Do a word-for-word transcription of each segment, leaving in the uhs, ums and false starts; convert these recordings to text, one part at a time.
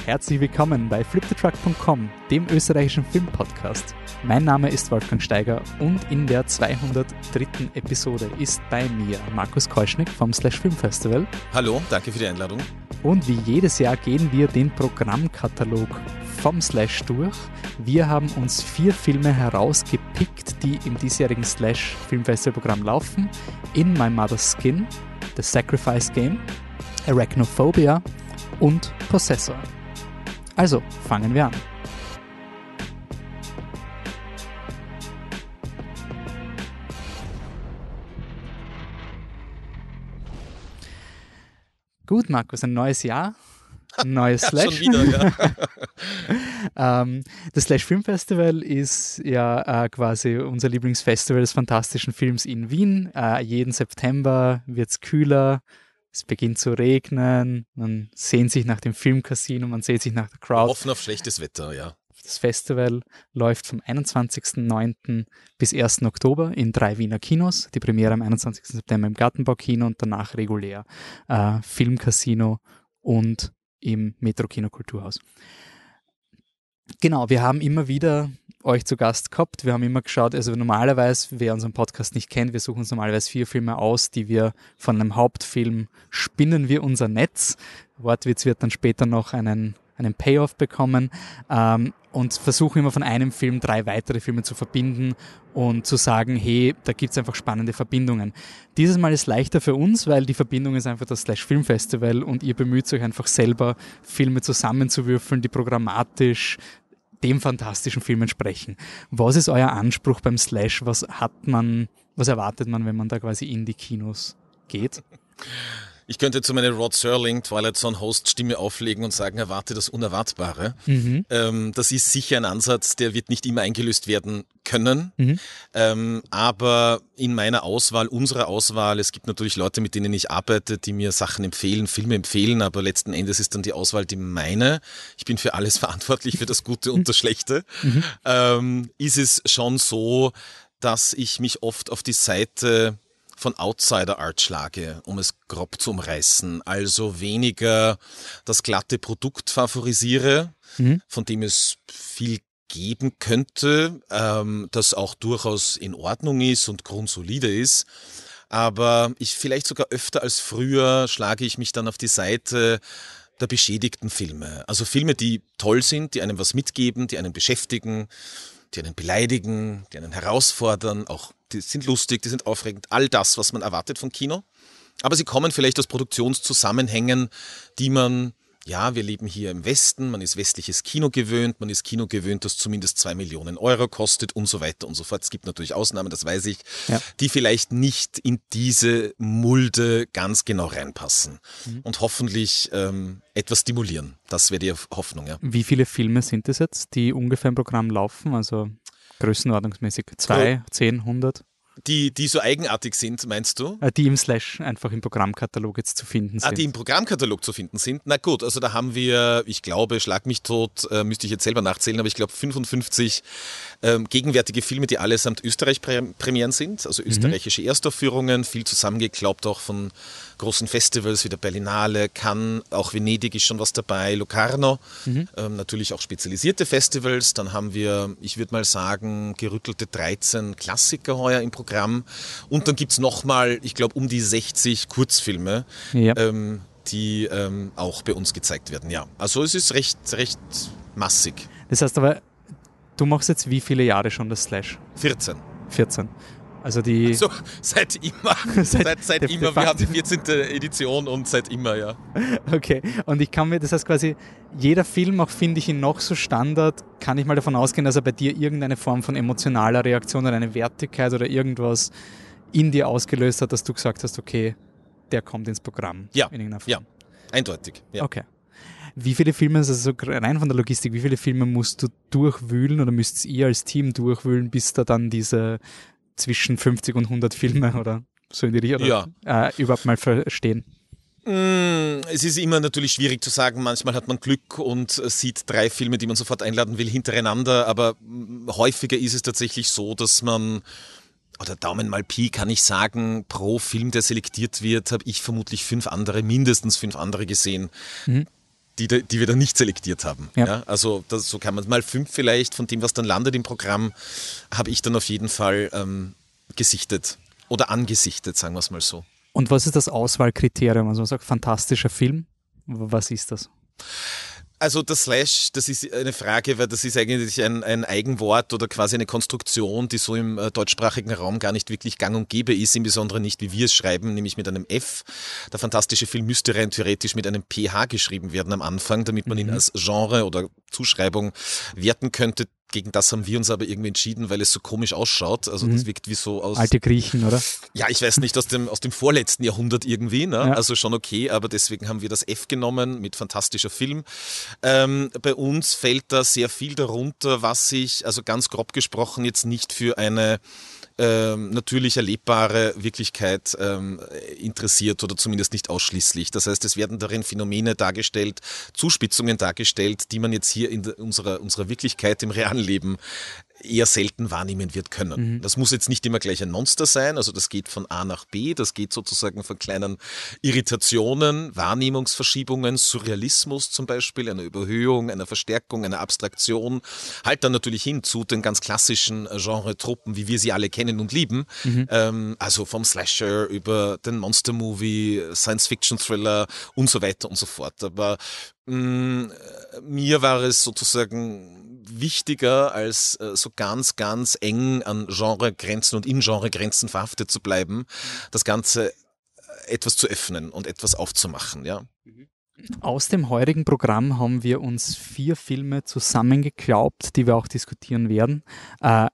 herzlich willkommen bei flip the truck punkt com, dem österreichischen Filmpodcast. Mein Name ist Wolfgang Steiger und in der zweihundertdritten Episode ist bei mir Markus Keuschnick vom Slash Film Festival. Hallo, danke für die Einladung. Und wie jedes Jahr gehen wir den Programmkatalog vom Slash durch. Wir haben uns vier Filme herausgepickt, die im diesjährigen Slash Filmfestivalprogramm laufen. In My Mother's Skin, The Sacrifice Game, Arachnophobia und Possessor. Also, fangen wir an. Gut, Markus, ein neues Jahr, ein neues ja, Slash. Schon wieder, ja. ähm, das Slash Film Festival ist ja äh, quasi unser Lieblingsfestival des fantastischen Films in Wien. Äh, jeden September wird es kühler, es beginnt zu regnen, man sehnt sich nach dem Filmcasino, man sehnt sich nach der Crowd. Wir hoffen auf schlechtes Wetter, ja. Das Festival läuft vom einundzwanzigsten neunten bis ersten Oktober in drei Wiener Kinos. Die Premiere am einundzwanzigsten September im Gartenbaukino und danach regulär äh, Filmcasino und im Metro-Kino Kulturhaus. Genau, wir haben immer wieder euch zu Gast gehabt. Wir haben immer geschaut, also normalerweise, wer unseren Podcast nicht kennt, wir suchen uns normalerweise vier Filme aus, die wir von einem Hauptfilm spinnen wir unser Netz. Wortwitz wird dann später noch einen, einen Payoff bekommen ähm, und versuchen immer von einem Film drei weitere Filme zu verbinden und zu sagen, hey, da gibt es einfach spannende Verbindungen. Dieses Mal ist leichter für uns, weil die Verbindung ist einfach das Slash Film Festival und ihr bemüht euch einfach selber, Filme zusammenzuwürfeln, die programmatisch dem fantastischen Film entsprechen. Was ist euer Anspruch beim Slash? Was hat man, was erwartet man, wenn man da quasi in die Kinos geht? Ich könnte zu meiner Rod Serling Twilight Zone Host Stimme auflegen und sagen, erwarte das Unerwartbare. Mhm. Ähm, das ist sicher ein Ansatz, der wird nicht immer eingelöst werden können. Mhm. Ähm, aber in meiner Auswahl, unserer Auswahl, es gibt natürlich Leute, mit denen ich arbeite, die mir Sachen empfehlen, Filme empfehlen, aber letzten Endes ist dann die Auswahl die meine. Ich bin für alles verantwortlich, für das Gute und das Schlechte. Mhm. Ähm, ist es schon so, dass ich mich oft auf die Seite von Outsider Art schlage, um es grob zu umreißen. Also weniger das glatte Produkt favorisiere, mhm. von dem es viel geben könnte, ähm, das auch durchaus in Ordnung ist und grundsolide ist. Aber ich vielleicht sogar öfter als früher schlage ich mich dann auf die Seite der beschädigten Filme. Also Filme, die toll sind, die einem was mitgeben, die einen beschäftigen, die einen beleidigen, die einen herausfordern, auch die sind lustig, die sind aufregend, all das, was man erwartet von Kino. Aber sie kommen vielleicht aus Produktionszusammenhängen, die man, ja, wir leben hier im Westen, man ist westliches Kino gewöhnt, man ist Kino gewöhnt, das zumindest zwei Millionen Euro kostet und so weiter und so fort. Es gibt natürlich Ausnahmen, das weiß ich, ja. die vielleicht nicht in diese Mulde ganz genau reinpassen mhm. und hoffentlich ähm, etwas stimulieren. Das wäre die Hoffnung, ja. Wie viele Filme sind es jetzt, die ungefähr im Programm laufen? Also größenordnungsmäßig zwei, zehn, hundert? Die, die so eigenartig sind, meinst du? Die im Slash einfach im Programmkatalog jetzt zu finden sind. Ah, die im Programmkatalog zu finden sind? Na gut, also da haben wir, ich glaube, schlag mich tot, äh, müsste ich jetzt selber nachzählen, aber ich glaube fünfundfünfzig ähm, gegenwärtige Filme, die allesamt Österreich-Premieren sind, also österreichische mhm. Erstaufführungen, viel zusammengeklaubt auch von großen Festivals wie der Berlinale, Cannes, auch Venedig ist schon was dabei, Locarno, mhm. ähm, natürlich auch spezialisierte Festivals. Dann haben wir, ich würde mal sagen, gerüttelte dreizehn Klassiker heuer im Programm. Und dann gibt es nochmal, ich glaube, um die sechzig Kurzfilme, ja. ähm, die ähm, auch bei uns gezeigt werden. Ja, also es ist recht, recht massig. Das heißt aber, du machst jetzt wie viele Jahre schon das Slash? vierzehn. vierzehn. Also die... Also seit immer. seit seit, seit immer. Wir haben die vierzehnte Edition und seit immer, ja. Okay. Und ich kann mir, das heißt quasi, jeder Film, auch finde ich ihn noch so Standard, kann ich mal davon ausgehen, dass er bei dir irgendeine Form von emotionaler Reaktion oder eine Wertigkeit oder irgendwas in dir ausgelöst hat, dass du gesagt hast, okay, der kommt ins Programm. Ja, in irgendeiner Form. ja. Eindeutig. Ja. Okay. Wie viele Filme, also rein von der Logistik, wie viele Filme musst du durchwühlen oder müsst ihr als Team durchwühlen, bis da dann diese zwischen fünfzig und hundert Filme oder so in die Richtung ja. äh, überhaupt mal verstehen? Es ist immer natürlich schwierig zu sagen, manchmal hat man Glück und sieht drei Filme, die man sofort einladen will, hintereinander, aber häufiger ist es tatsächlich so, dass man, oder Daumen mal Pi kann ich sagen, pro Film, der selektiert wird, habe ich vermutlich fünf andere, mindestens fünf andere gesehen. Mhm. die, die wir dann nicht selektiert haben. Ja. Ja, also das, so kann man mal fünf vielleicht von dem, was dann landet im Programm, habe ich dann auf jeden Fall ähm, gesichtet oder angesichtet, sagen wir es mal so. Und was ist das Auswahlkriterium? Also man sagt, fantastischer Film, was ist das? Also das Slash, das ist eine Frage, weil das ist eigentlich ein, ein Eigenwort oder quasi eine Konstruktion, die so im äh, deutschsprachigen Raum gar nicht wirklich gang und gäbe ist, insbesondere nicht, wie wir es schreiben, nämlich mit einem F. Der fantastische Film müsste rein theoretisch mit einem P H geschrieben werden am Anfang, damit man ihn als Genre oder Zuschreibung werten könnte. Gegen das haben wir uns aber irgendwie entschieden, weil es so komisch ausschaut. Also das wirkt wie so aus... Alte Griechen, oder? Ja, ich weiß nicht, aus dem, aus dem vorletzten Jahrhundert irgendwie. Ne? Ja. Also schon okay, aber deswegen haben wir das F genommen mit fantastischer Film. Ähm, bei uns fällt da sehr viel darunter, was sich, also ganz grob gesprochen, jetzt nicht für eine ähm, natürlich erlebbare Wirklichkeit ähm, interessiert oder zumindest nicht ausschließlich. Das heißt, es werden darin Phänomene dargestellt, Zuspitzungen dargestellt, die man jetzt hier in der, unserer, unserer Wirklichkeit im realen Leben eher selten wahrnehmen wird können. Mhm. Das muss jetzt nicht immer gleich ein Monster sein, also das geht von A nach B, das geht sozusagen von kleinen Irritationen, Wahrnehmungsverschiebungen, Surrealismus zum Beispiel, einer Überhöhung, einer Verstärkung, einer Abstraktion, halt dann natürlich hin zu den ganz klassischen Genre-Truppen, wie wir sie alle kennen und lieben, mhm. ähm, also vom Slasher über den Monster-Movie, Science-Fiction-Thriller und so weiter und so fort. Aber mh, mir war es sozusagen wichtiger, als äh, so ganz, ganz eng an Genregrenzen und in Genregrenzen verhaftet zu bleiben, das Ganze etwas zu öffnen und etwas aufzumachen, ja. Aus dem heutigen Programm haben wir uns vier Filme zusammengeklaubt, die wir auch diskutieren werden. Äh,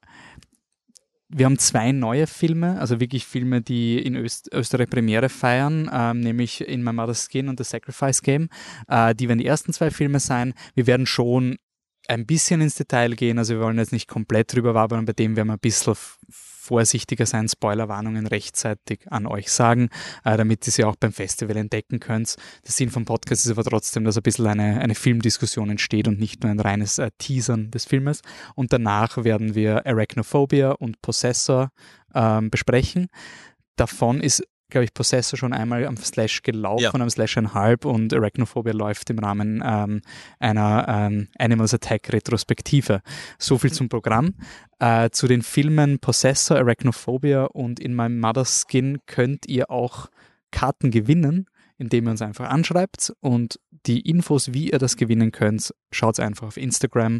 Wir haben zwei neue Filme, also wirklich Filme, die in Öst- Österreich Premiere feiern, ähm, nämlich In My Mother's Skin und The Sacrifice Game. Äh, die werden die ersten zwei Filme sein. Wir werden schon ein bisschen ins Detail gehen, also wir wollen jetzt nicht komplett drüber wabern, bei dem werden wir ein bisschen f- vorsichtiger sein, Spoilerwarnungen rechtzeitig an euch sagen, äh, damit ihr sie auch beim Festival entdecken könnt. Der Sinn vom Podcast ist aber trotzdem, dass ein bisschen eine, eine Filmdiskussion entsteht und nicht nur ein reines äh, Teasern des Filmes. Und danach werden wir Arachnophobia und Possessor ähm, besprechen. Davon ist, glaube ich, Possessor schon einmal am Slash gelaufen, ja. am Slash einhalb und Arachnophobia läuft im Rahmen ähm, einer ähm, Animals Attack Retrospektive. So viel zum Programm. Äh, zu den Filmen Possessor, Arachnophobia und In My Mother's Skin könnt ihr auch Karten gewinnen, indem ihr uns einfach anschreibt, und die Infos, wie ihr das gewinnen könnt, schaut einfach auf Instagram.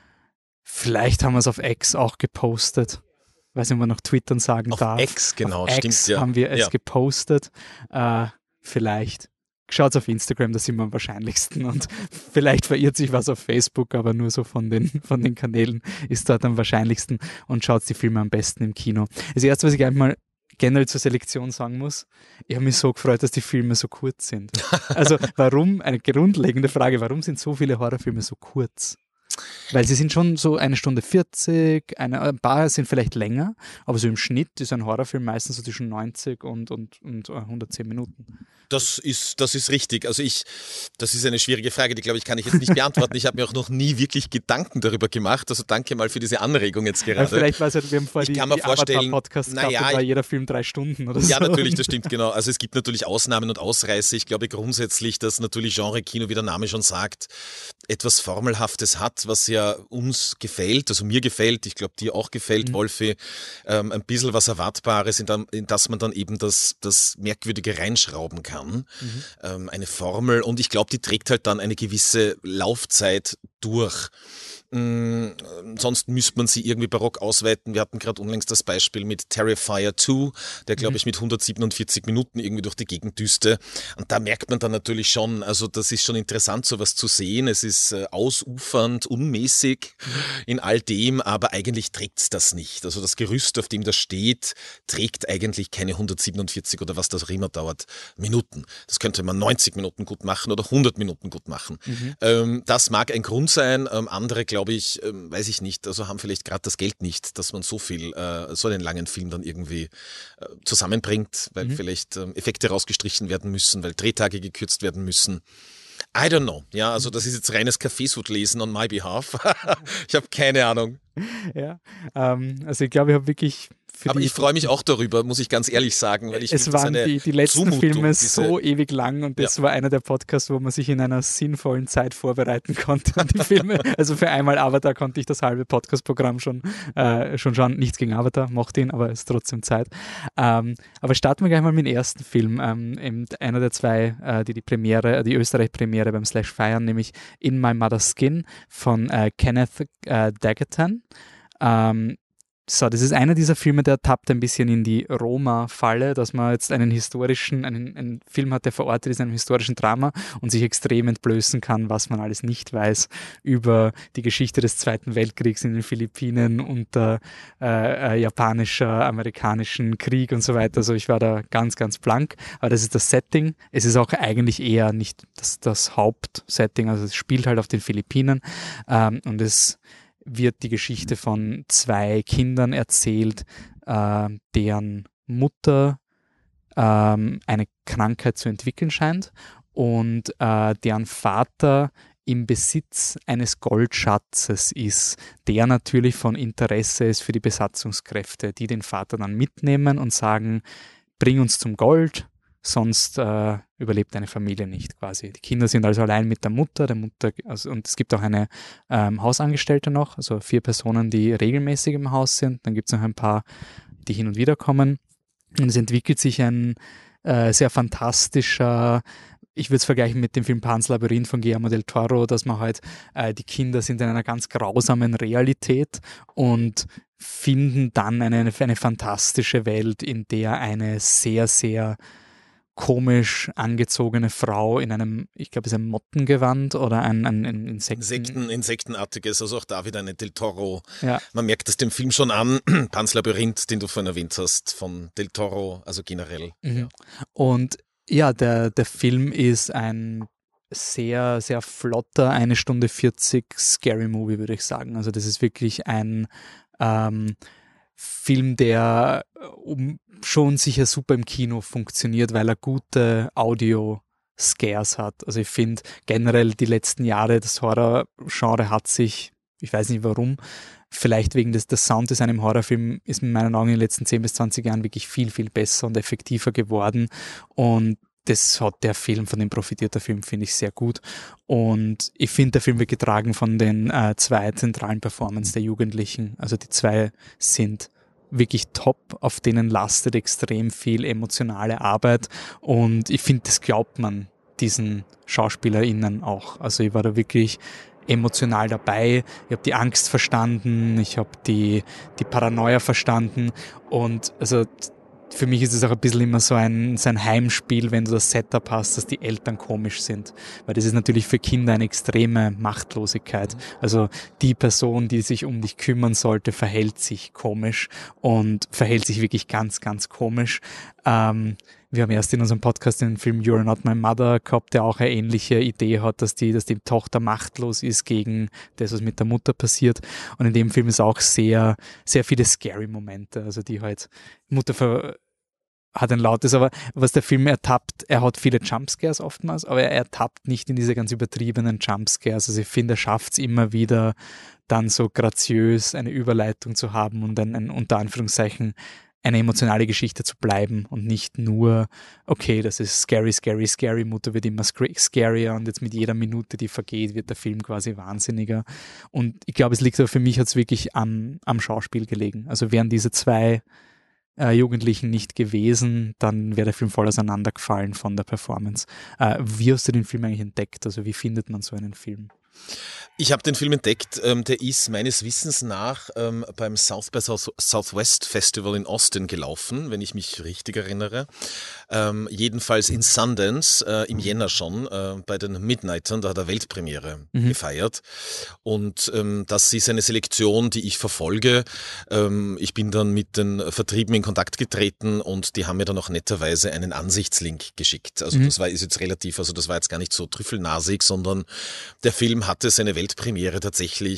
Vielleicht haben wir es auf X auch gepostet. Ich weiß nicht, ob man noch twittern sagen auf darf. X, genau, auf stimmt. X Ja. haben wir es ja. gepostet. Äh, vielleicht. Schaut auf Instagram, da sind wir am wahrscheinlichsten. Und vielleicht verirrt sich was auf Facebook, aber nur so von den, von den Kanälen ist dort am wahrscheinlichsten. Und schaut die Filme am besten im Kino. Das Erste, was ich einmal generell zur Selektion sagen muss, ich habe mich so gefreut, dass die Filme so kurz sind. Also warum, eine grundlegende Frage, warum sind so viele Horrorfilme so kurz? Weil sie sind schon so eine Stunde vierzig, eine, ein paar sind vielleicht länger, aber so im Schnitt ist ein Horrorfilm meistens so zwischen neunzig und, und, und hundertzehn Minuten. Das ist, das ist richtig. Also ich, das ist eine schwierige Frage, die glaube ich kann ich jetzt nicht beantworten. Ich habe mir auch noch nie wirklich Gedanken darüber gemacht. Also danke mal für diese Anregung jetzt gerade. Ja, vielleicht war es ja, wir haben vorher ich die, kann mir die vorstellen, Avatar-Podcast na gehabt, ja, da war jeder Film drei Stunden oder so. Ja, natürlich, das stimmt, genau. Also es gibt natürlich Ausnahmen und Ausreißer. Ich glaube grundsätzlich, dass natürlich Genre-Kino, wie der Name schon sagt, etwas Formelhaftes hat, was ja uns gefällt, also mir gefällt, ich glaube dir auch gefällt, mhm. Wolfi, ähm, ein bisschen was Erwartbares, in, dem, in das man dann eben das, das Merkwürdige reinschrauben kann. Mhm. Ähm, eine Formel, und ich glaube, die trägt halt dann eine gewisse Laufzeit durch. Mm, sonst müsste man sie irgendwie barock ausweiten. Wir hatten gerade unlängst das Beispiel mit Terrifier zwei, der glaube ich mit hundertsiebenundvierzig Minuten irgendwie durch die Gegend düste. Und da merkt man dann natürlich schon, also das ist schon interessant, sowas zu sehen. Es ist äh, ausufernd, unmäßig in all dem, aber eigentlich trägt es das nicht. Also das Gerüst, auf dem das steht, trägt eigentlich keine hundertsiebenundvierzig oder was das auch immer dauert, Minuten. Das könnte man neunzig Minuten gut machen oder hundert Minuten gut machen. Mhm. Ähm, das mag ein Grund sein, ähm, andere glauben, glaube ich, ähm, weiß ich nicht, also haben vielleicht gerade das Geld nicht, dass man so viel, äh, so einen langen Film dann irgendwie äh, zusammenbringt, weil mhm. vielleicht ähm, Effekte rausgestrichen werden müssen, weil Drehtage gekürzt werden müssen. I don't know. Ja, also das ist jetzt reines Kaffeesud-Lesen on my behalf. Ich habe keine Ahnung. Ja, ähm, also ich glaube, ich habe wirklich für Aber die, ich freue mich auch darüber, muss ich ganz ehrlich sagen, weil ich es finde, waren das eine die, die letzten Zumutung, Filme diese, so ewig lang und das ja. war einer der Podcasts, wo man sich in einer sinnvollen Zeit vorbereiten konnte an die Filme. Also für einmal Avatar konnte ich das halbe Podcast-Programm schon, äh, schon schauen. Nichts gegen Avatar, mochte ihn, aber es ist trotzdem Zeit. Ähm, aber starten wir gleich mal mit dem ersten Film. Ähm, eben einer der zwei, äh, die die Premiere, die Österreich-Premiere beim Slash feiern, nämlich In My Mother's Skin von äh, Kenneth äh, Dagettan. Ähm, So, das ist einer dieser Filme, der tappt ein bisschen in die Roma-Falle, dass man jetzt einen historischen, einen, einen Film hat, der verortet ist in einem historischen Drama und sich extrem entblößen kann, was man alles nicht weiß über die Geschichte des Zweiten Weltkriegs in den Philippinen unter äh, äh, japanischer, amerikanischen Krieg und so weiter. Also ich war da ganz, ganz blank. Aber das ist das Setting. Es ist auch eigentlich eher nicht das, das Hauptsetting, also es spielt halt auf den Philippinen ähm, und es wird die Geschichte von zwei Kindern erzählt, äh, deren Mutter ähm, eine Krankheit zu entwickeln scheint und äh, deren Vater im Besitz eines Goldschatzes ist, der natürlich von Interesse ist für die Besatzungskräfte, die den Vater dann mitnehmen und sagen, bring uns zum Gold, sonst äh, überlebt eine Familie nicht quasi. Die Kinder sind also allein mit der Mutter, der Mutter also, und es gibt auch eine ähm, Hausangestellte noch, also vier Personen, die regelmäßig im Haus sind. Dann gibt es noch ein paar, die hin und wieder kommen. Und es entwickelt sich ein äh, sehr fantastischer, ich würde es vergleichen mit dem Film Pan's Labyrinth von Guillermo del Toro, dass man halt, äh, die Kinder sind in einer ganz grausamen Realität und finden dann eine, eine fantastische Welt, in der eine sehr, sehr komisch angezogene Frau in einem, ich glaube, es ist ein Mottengewand oder ein, ein, ein Insekten... Insekten, Insektenartiges, also auch da wieder eine Del Toro. Ja. Man merkt es dem Film schon an, Pan's Labyrinth, den du vorhin erwähnt hast, von Del Toro, also generell. Mhm. Ja. Und ja, der, der Film ist ein sehr, sehr flotter, eine Stunde vierzig Scary Movie, würde ich sagen. Also das ist wirklich ein ähm, Film, der um, schon sicher super im Kino funktioniert, weil er gute Audio-Scares hat. Also ich finde generell die letzten Jahre, das Horror-Genre hat sich, ich weiß nicht warum, vielleicht wegen des, des Sounddesign im Horrorfilm ist in meinen Augen in den letzten zehn bis zwanzig Jahren wirklich viel, viel besser und effektiver geworden und das hat der Film, von dem profitiert der Film, finde ich sehr gut. Und ich finde, der Film wird getragen von den äh, zwei zentralen Performances der Jugendlichen. Also die zwei sind wirklich top, auf denen lastet extrem viel emotionale Arbeit. Und ich finde, das glaubt man diesen SchauspielerInnen auch. Also ich war da wirklich emotional dabei. Ich habe die Angst verstanden, ich habe die, die Paranoia verstanden. Und also für mich ist es auch ein bisschen immer so ein, so ein Heimspiel, wenn du das Setup hast, dass die Eltern komisch sind. Weil das ist natürlich für Kinder eine extreme Machtlosigkeit. Also die Person, die sich um dich kümmern sollte, verhält sich komisch und verhält sich wirklich ganz, ganz komisch. Ähm, wir haben erst in unserem Podcast den Film You're Not My Mother gehabt, der auch eine ähnliche Idee hat, dass die, dass die Tochter machtlos ist gegen das, was mit der Mutter passiert. Und in dem Film ist auch sehr, sehr viele scary Momente, also die halt Mutter ver hat ein lautes, aber was der Film ertappt, er hat viele Jumpscares oftmals, aber er ertappt nicht in diese ganz übertriebenen Jumpscares. Also ich finde, er schafft es immer wieder, dann so graziös eine Überleitung zu haben und ein, ein unter Anführungszeichen eine emotionale Geschichte zu bleiben und nicht nur, okay, das ist scary, scary, scary, Mutter wird immer scarier und jetzt mit jeder Minute, die vergeht, wird der Film quasi wahnsinniger. Und ich glaube, es liegt aber für mich, hat es wirklich am, am Schauspiel gelegen. Also wären diese zwei äh, Jugendlichen nicht gewesen, dann wäre der Film voll auseinandergefallen von der Performance. Äh, wie hast du den Film eigentlich entdeckt? Also wie findet man so einen Film? Ich habe den Film entdeckt, ähm, der ist meines Wissens nach ähm, beim South by South, Southwest Festival in Austin gelaufen, wenn ich mich richtig erinnere. Ähm, jedenfalls in Sundance, äh, im Jänner schon, äh, bei den Midnightern, da hat er Weltpremiere mhm. gefeiert. Und ähm, das ist eine Selektion, die ich verfolge. Ähm, ich bin dann mit den Vertrieben in Kontakt getreten und die haben mir dann auch netterweise einen Ansichtslink geschickt. Also mhm. das war ist jetzt relativ, also das war jetzt gar nicht so trüffelnasig, sondern der Film hatte seine Weltpremiere tatsächlich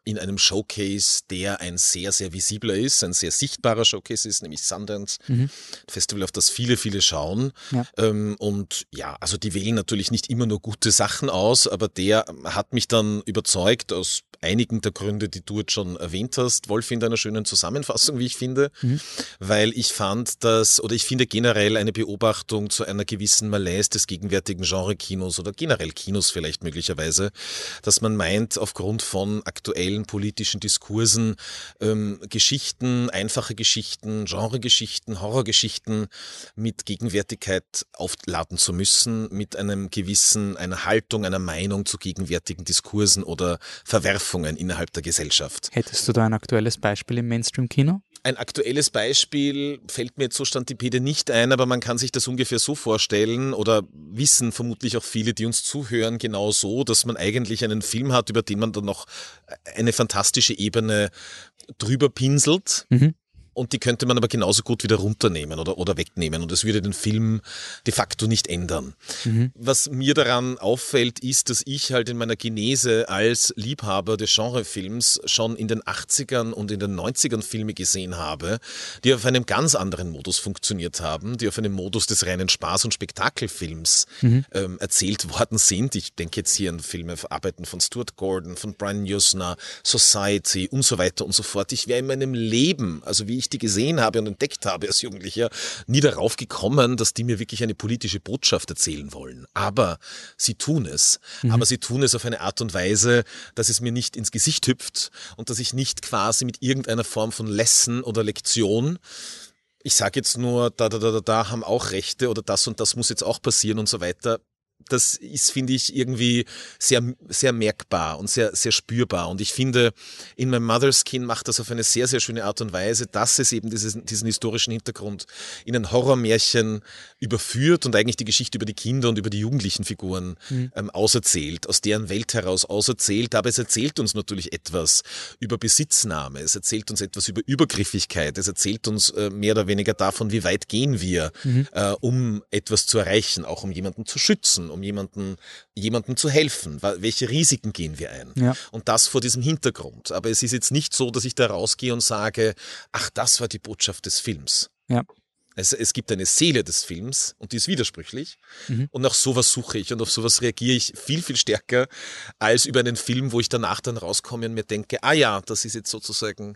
in einem Showcase, der ein sehr, sehr visibler ist, ein sehr sichtbarer Showcase ist, nämlich Sundance, mhm. Festival, auf das viele, viele schauen. Ja. Ähm, und ja, also die wählen natürlich nicht immer nur gute Sachen aus, aber der hat mich dann überzeugt aus einigen der Gründe, die du jetzt schon erwähnt hast, Wolf, in deiner schönen Zusammenfassung, wie ich finde, mhm. weil ich fand, dass, oder ich finde generell eine Beobachtung zu einer gewissen Malaise des gegenwärtigen Genre-Kinos oder generell Kinos vielleicht möglicherweise, dass man meint, aufgrund von aktuellen politischen Diskursen, ähm, Geschichten, einfache Geschichten, Genregeschichten, Horrorgeschichten mit Gegenwärtigkeit aufladen zu müssen, mit einem gewissen, einer Haltung, einer Meinung zu gegenwärtigen Diskursen oder Verwerfungen innerhalb der Gesellschaft. Hättest du da ein aktuelles Beispiel im Mainstream-Kino? Ein aktuelles Beispiel fällt mir jetzt so Stantipede nicht ein, aber man kann sich das ungefähr so vorstellen oder wissen vermutlich auch viele, die uns zuhören, genau so, dass man eigentlich einen Film hat, über den man dann noch eine fantastische Ebene drüber pinselt. Mhm. Und die könnte man aber genauso gut wieder runternehmen oder, oder wegnehmen und es würde den Film de facto nicht ändern. Mhm. Was mir daran auffällt, ist, dass ich halt in meiner Genese als Liebhaber des Genrefilms schon in den achtzigern und in den neunzigern Filme gesehen habe, die auf einem ganz anderen Modus funktioniert haben, die auf einem Modus des reinen Spaß- und Spektakelfilms mhm. ähm, erzählt worden sind. Ich denke jetzt hier an Filme, Arbeiten von Stuart Gordon, von Brian Yuzna, Society und so weiter und so fort. Ich wäre in meinem Leben, also wie ich die gesehen habe und entdeckt habe als Jugendlicher, nie darauf gekommen, dass die mir wirklich eine politische Botschaft erzählen wollen. Aber sie tun es. Mhm. Aber sie tun es auf eine Art und Weise, dass es mir nicht ins Gesicht hüpft und dass ich nicht quasi mit irgendeiner Form von Lesson oder Lektion, ich sage jetzt nur, da, da, da, da, da haben auch Rechte oder das und das muss jetzt auch passieren und so weiter. Das ist, finde ich, irgendwie sehr, sehr merkbar und sehr, sehr spürbar. Und ich finde, In My Mother's Skin macht das auf eine sehr, sehr schöne Art und Weise, dass es eben diesen, diesen historischen Hintergrund in ein Horrormärchen überführt und eigentlich die Geschichte über die Kinder und über die jugendlichen Figuren mhm. ähm, auserzählt, aus deren Welt heraus auserzählt. Aber es erzählt uns natürlich etwas über Besitznahme, es erzählt uns etwas über Übergriffigkeit, es erzählt uns äh, mehr oder weniger davon, wie weit gehen wir, mhm. äh, um etwas zu erreichen, auch um jemanden zu schützen, um jemanden, jemandem zu helfen. Welche Risiken gehen wir ein? Ja. Und das vor diesem Hintergrund. Aber es ist jetzt nicht so, dass ich da rausgehe und sage, ach, das war die Botschaft des Films. Ja. Es, es gibt eine Seele des Films und die ist widersprüchlich. Mhm. Und nach sowas suche ich und auf sowas reagiere ich viel, viel stärker als über einen Film, wo ich danach dann rauskomme und mir denke, ah ja, das ist jetzt sozusagen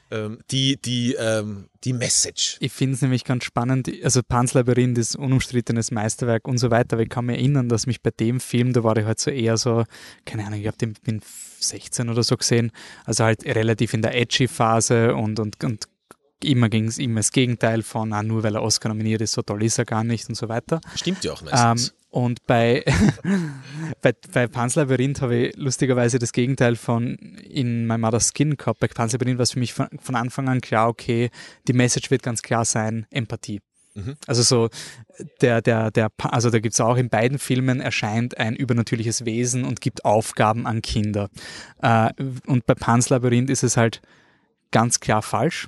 die, die, ähm, die Message. Ich finde es nämlich ganz spannend, also Pan's Labyrinth ist unumstrittenes Meisterwerk und so weiter, aber ich kann mich erinnern, dass mich bei dem Film, da war ich halt so eher so, keine Ahnung, ich habe den bin sechzehn oder so gesehen, also halt relativ in der edgy Phase und, und, und immer ging es immer das Gegenteil von, ah, nur weil er Oscar nominiert ist, so toll ist er gar nicht und so weiter. Stimmt ja auch meistens. Ähm, Und bei, bei, bei Pan's Labyrinth habe ich lustigerweise das Gegenteil von In My Mother's Skin gehabt. Bei Pan's Labyrinth war es für mich von, von Anfang an klar, okay, die Message wird ganz klar sein, Empathie. Mhm. Also so, der, der, der, also da gibt es auch in beiden Filmen erscheint ein übernatürliches Wesen und gibt Aufgaben an Kinder. Äh, und bei Pan's Labyrinth ist es halt ganz klar falsch.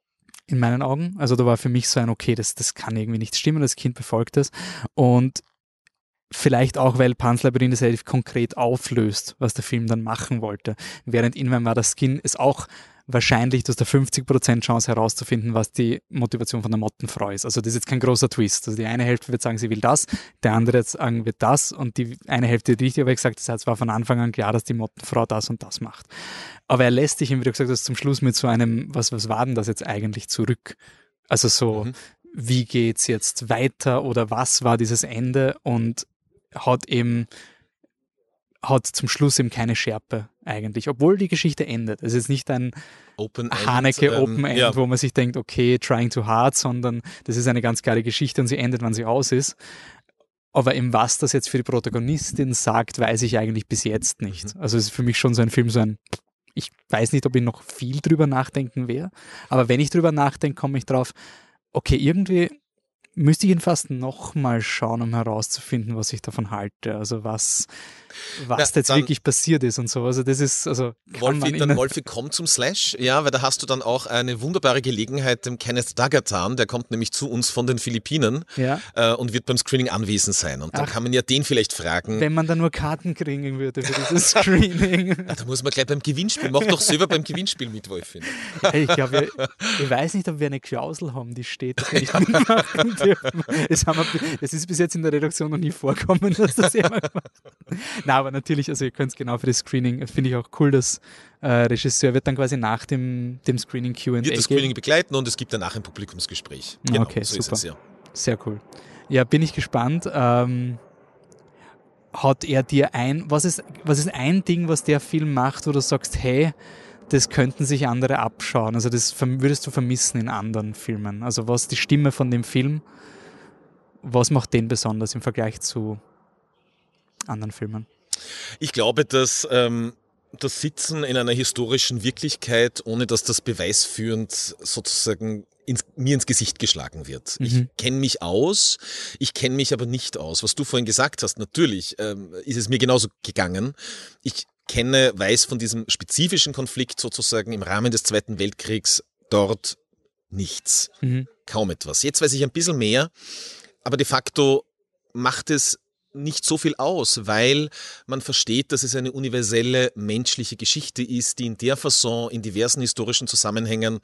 In meinen Augen. Also da war für mich so ein, okay, das, das kann irgendwie nicht stimmen, das Kind befolgt das. Und vielleicht auch, weil Pan's Labyrinth es relativ konkret auflöst, was der Film dann machen wollte. Während In My Mother's Skin es auch wahrscheinlich, dass der fünfzig Prozent Chance herauszufinden, was die Motivation von der Mottenfrau ist. Also das ist jetzt kein großer Twist. Also die eine Hälfte wird sagen, sie will das, der andere wird sagen, wird das und die eine Hälfte wird richtig, aber ich gesagt, das heißt, es war von Anfang an klar, dass die Mottenfrau das und das macht. Aber er lässt sich, wie du gesagt hast, zum Schluss mit so einem, was, was war denn das jetzt eigentlich zurück? Also so, mhm. wie geht's jetzt weiter oder was war dieses Ende und hat eben hat zum Schluss eben keine Schärpe eigentlich, obwohl die Geschichte endet. Es ist nicht ein Haneke-Open-End, ähm, ja. wo man sich denkt, okay, trying too hard, sondern das ist eine ganz klare Geschichte und sie endet, wann sie aus ist. Aber eben was das jetzt für die Protagonistin sagt, weiß ich eigentlich bis jetzt nicht. Also es ist für mich schon so ein Film, so ein, ich weiß nicht, ob ich noch viel drüber nachdenken werde, aber wenn ich drüber nachdenke, komme ich drauf, okay, irgendwie müsste ich ihn fast nochmal schauen, um herauszufinden, was ich davon halte. Also was, was Na, da jetzt dann, wirklich passiert ist und so. Also das ist, also Wolfi, dann Wolfi kommt zum Slash, ja, weil da hast du dann auch eine wunderbare Gelegenheit, dem Kenneth Dagatan, der kommt nämlich zu uns von den Philippinen ja. äh, und wird beim Screening anwesend sein. Und dann Ach, kann man ja den vielleicht fragen. Wenn man da nur Karten kriegen würde für dieses Screening. Ja, da muss man gleich beim Gewinnspiel, mach doch selber beim Gewinnspiel mit, Wolfi. Ja, ich glaube, ich weiß nicht, ob wir eine Klausel haben, die steht, dass wir nicht mitmachen dürfen. Das, haben wir, das ist bis jetzt in der Redaktion noch nie vorkommen, dass das jemand macht. Na, aber natürlich, also ihr könnt es genau für das Screening, finde ich auch cool, dass äh, Regisseur wird dann quasi nach dem, dem Screening Q and A wird das Screening begleiten und es gibt danach ein Publikumsgespräch. Genau, okay, so super. ist es, ja. Sehr cool. Ja, bin ich gespannt. Ähm, hat er dir ein, was ist, was ist ein Ding, was der Film macht, wo du sagst, hey, das könnten sich andere abschauen. Also das würdest du vermissen in anderen Filmen. Also was die Stimme von dem Film, was macht den besonders im Vergleich zu anderen Filmen? Ich glaube, dass ähm, das Sitzen in einer historischen Wirklichkeit, ohne dass das beweisführend sozusagen ins, mir ins Gesicht geschlagen wird. Mhm. Ich kenne mich aus, ich kenne mich aber nicht aus. Was du vorhin gesagt hast, natürlich ähm, ist es mir genauso gegangen. Ich kenne, weiß von diesem spezifischen Konflikt sozusagen im Rahmen des Zweiten Weltkriegs dort nichts. Mhm. Kaum etwas. Jetzt weiß ich ein bisschen mehr, aber de facto macht es nicht so viel aus, weil man versteht, dass es eine universelle menschliche Geschichte ist, die in der Fasson, in diversen historischen Zusammenhängen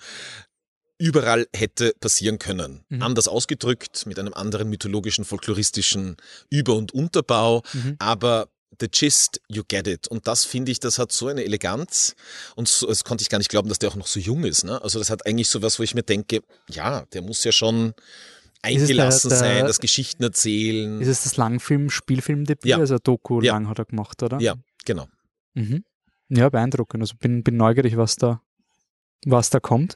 überall hätte passieren können. Mhm. Anders ausgedrückt, mit einem anderen mythologischen, folkloristischen Über- und Unterbau, mhm. aber the gist, you get it. Und das finde ich, das hat so eine Eleganz und so, das konnte ich gar nicht glauben, dass der auch noch so jung ist. Ne? Also das hat eigentlich so was, wo ich mir denke, ja, der muss ja schon eingelassen der, der, sein, das Geschichten erzählen. Ist es das Langfilm-Spielfilmdebüt? Ja. Also Doku ja. lang hat er gemacht, oder? Ja, genau. Mhm. Ja, beeindruckend. Also bin, bin neugierig, was da, was da kommt.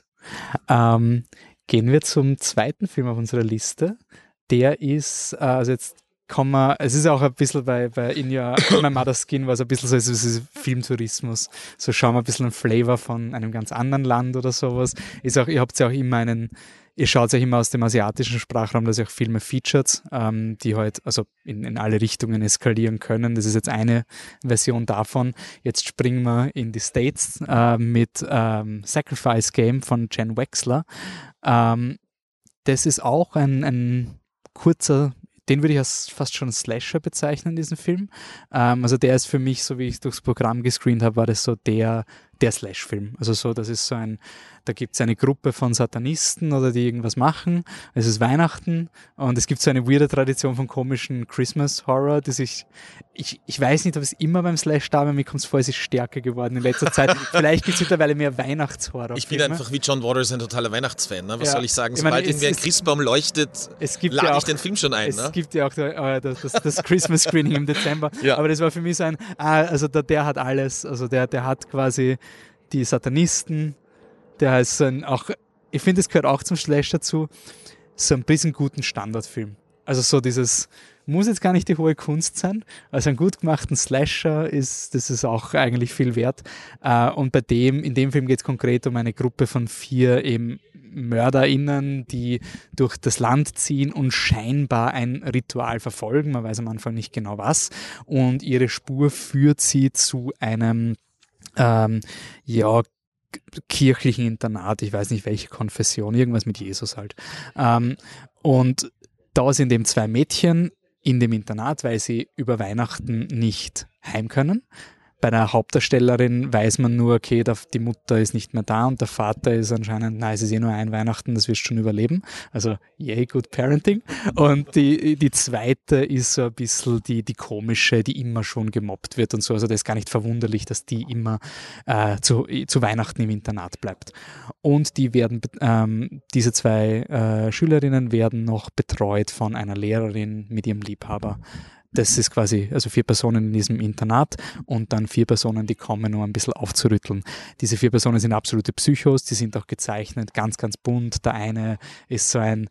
Ähm, gehen wir zum zweiten Film auf unserer Liste. Der ist, äh, also jetzt kann man, es ist auch ein bisschen bei, bei In Your My Mother's Skin, war es ein bisschen so, es ist Filmtourismus. So schauen wir ein bisschen einen Flavor von einem ganz anderen Land oder sowas. Ist auch, ihr habt ja auch immer einen, ihr schaut ja immer aus dem asiatischen Sprachraum, dass ihr auch Filme featured, ähm, die halt also in, in alle Richtungen eskalieren können. Das ist jetzt eine Version davon. Jetzt springen wir in die States äh, mit ähm, Sacrifice Game von Jen Wexler. Ähm, das ist auch ein, ein kurzer, den würde ich als fast schon Slasher bezeichnen, diesen Film. Ähm, also der ist für mich, so wie ich durchs Programm gescreent habe, war das so der, der Slash-Film. Also so, das ist so ein, da gibt es eine Gruppe von Satanisten oder die irgendwas machen. Es ist Weihnachten und es gibt so eine weirde Tradition von komischen Christmas-Horror, die sich, ich, ich weiß nicht, ob es immer beim Slash da war, mir kommt es vor, es ist stärker geworden in letzter Zeit. Vielleicht gibt es mittlerweile mehr Weihnachtshorror. Ich bin einfach wie John Waters ein totaler Weihnachtsfan. Ne? Was ja. soll ich sagen? Ich meine, Sobald irgendwie ein Christbaum leuchtet, lade ja ich den Film schon ein. Es ne? gibt ja auch äh, das, das, das Christmas-Screening im Dezember. Ja. Aber das war für mich so ein, ah, also der, der hat alles, also der, der hat quasi die Satanisten, der ist so ein, auch, ich finde, es gehört auch zum Slash dazu, so ein bisschen guten Standardfilm. Also so dieses, muss jetzt gar nicht die hohe Kunst sein, also einen gut gemachten Slasher ist, das ist auch eigentlich viel wert. Und bei dem, in dem Film geht es konkret um eine Gruppe von vier eben MörderInnen, die durch das Land ziehen und scheinbar ein Ritual verfolgen, man weiß am Anfang nicht genau was, und ihre Spur führt sie zu einem ähm, ja, kirchlichen Internat, ich weiß nicht welche Konfession, irgendwas mit Jesus halt. Ähm, und da sind eben zwei Mädchen in dem Internat, weil sie über Weihnachten nicht heim können. Bei der Hauptdarstellerin weiß man nur, okay, die Mutter ist nicht mehr da und der Vater ist anscheinend, nein, es ist eh nur ein Weihnachten, das wirst du schon überleben. Also, yay, good parenting. Und die, die zweite ist so ein bisschen die, die komische, die immer schon gemobbt wird und so. Also, das ist gar nicht verwunderlich, dass die immer äh, zu, zu Weihnachten im Internat bleibt. Und die werden, ähm, diese zwei äh, Schülerinnen werden noch betreut von einer Lehrerin mit ihrem Liebhaber. Das ist quasi, also vier Personen in diesem Internat und dann vier Personen, die kommen, um ein bisschen aufzurütteln. Diese vier Personen sind absolute Psychos, die sind auch gezeichnet, ganz, ganz bunt. Der eine ist so ein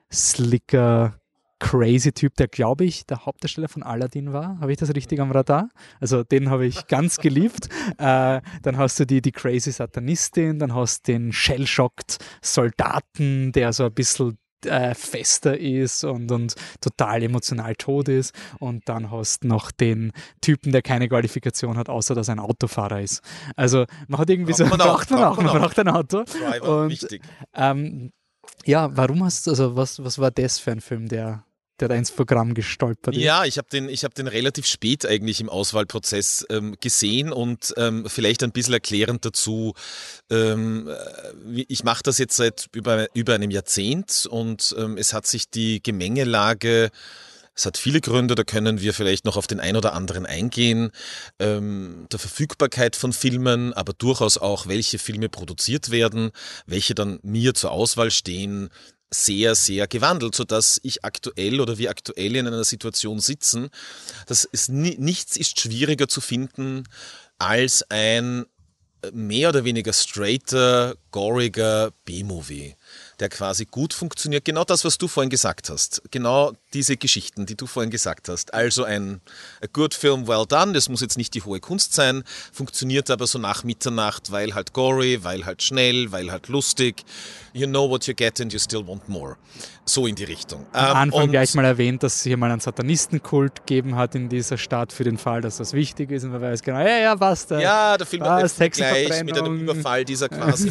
slicker, crazy Typ, der, glaube ich, der Hauptdarsteller von Aladdin war. Habe ich das richtig am Radar? Also den habe ich ganz geliebt. Äh, dann hast du die, die crazy Satanistin, dann hast du den shell-shocked Soldaten, der so ein bisschen äh, fester ist und, und total emotional tot ist. Und dann hast du noch den Typen, der keine Qualifikation hat, außer dass er ein Autofahrer ist. Also man hat irgendwie braucht so, man braucht man auch, man auch. braucht ein Auto. Driver, und, wichtig. Ähm, ja, warum hast du, also was, was war das für ein Film, der der da ins Programm gestolpert ist? Ja, ich habe den, ich hab den relativ spät eigentlich im Auswahlprozess ähm, gesehen und ähm, vielleicht ein bisschen erklärend dazu. Ähm, ich mache das jetzt seit über, über einem Jahrzehnt und ähm, es hat sich die Gemengelage, es hat viele Gründe, da können wir vielleicht noch auf den ein oder anderen eingehen, ähm, der Verfügbarkeit von Filmen, aber durchaus auch, welche Filme produziert werden, welche dann mir zur Auswahl stehen, sehr, sehr gewandelt, sodass ich aktuell oder wir aktuell in einer Situation sitzen, dass es ni- nichts ist schwieriger zu finden als ein mehr oder weniger straighter, goriger B-Movie, der quasi gut funktioniert. Genau das, was du vorhin gesagt hast. Genau diese Geschichten, die du vorhin gesagt hast. Also ein a good film, well done. Das muss jetzt nicht die hohe Kunst sein, funktioniert aber so nach Mitternacht, weil halt gory, weil halt schnell, weil halt lustig. You know what you get and you still want more. So in die Richtung. Am Ähm, Anfang und gleich mal erwähnt, dass es hier mal einen Satanistenkult gegeben hat in dieser Stadt für den Fall, dass das wichtig ist. Und man weiß genau, ja, ja, was da. Ja, der Film was, öffnet gleich mit einem Hexenverbrennung. Überfall dieser quasi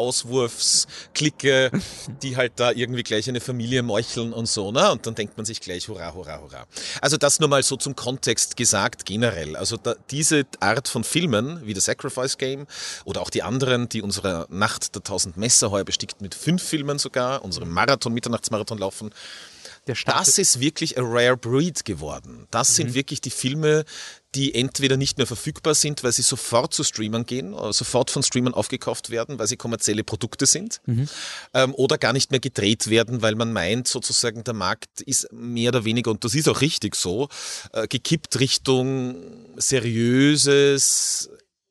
Manson-Auswurfsklicke, die halt da irgendwie gleich eine Familie meucheln und so, ne? Und dann denkt man sich gleich, hurra, hurra, hurra. Also das nur mal so zum Kontext gesagt generell. Also da, diese Art von Filmen, wie The Sacrifice Game oder auch die anderen, die unsere Nacht der tausend Messer heuer bestickt mit fünf Filmen sogar, unserem Marathon, Mitternachtsmarathon laufen, Der startet- das ist wirklich a rare breed geworden. Das sind wirklich die Filme, die entweder nicht mehr verfügbar sind, weil sie sofort zu Streamern gehen, oder sofort von Streamern aufgekauft werden, weil sie kommerzielle Produkte sind, ähm, oder gar nicht mehr gedreht werden, weil man meint, sozusagen der Markt ist mehr oder weniger, und das ist auch richtig so, äh, gekippt Richtung seriöses,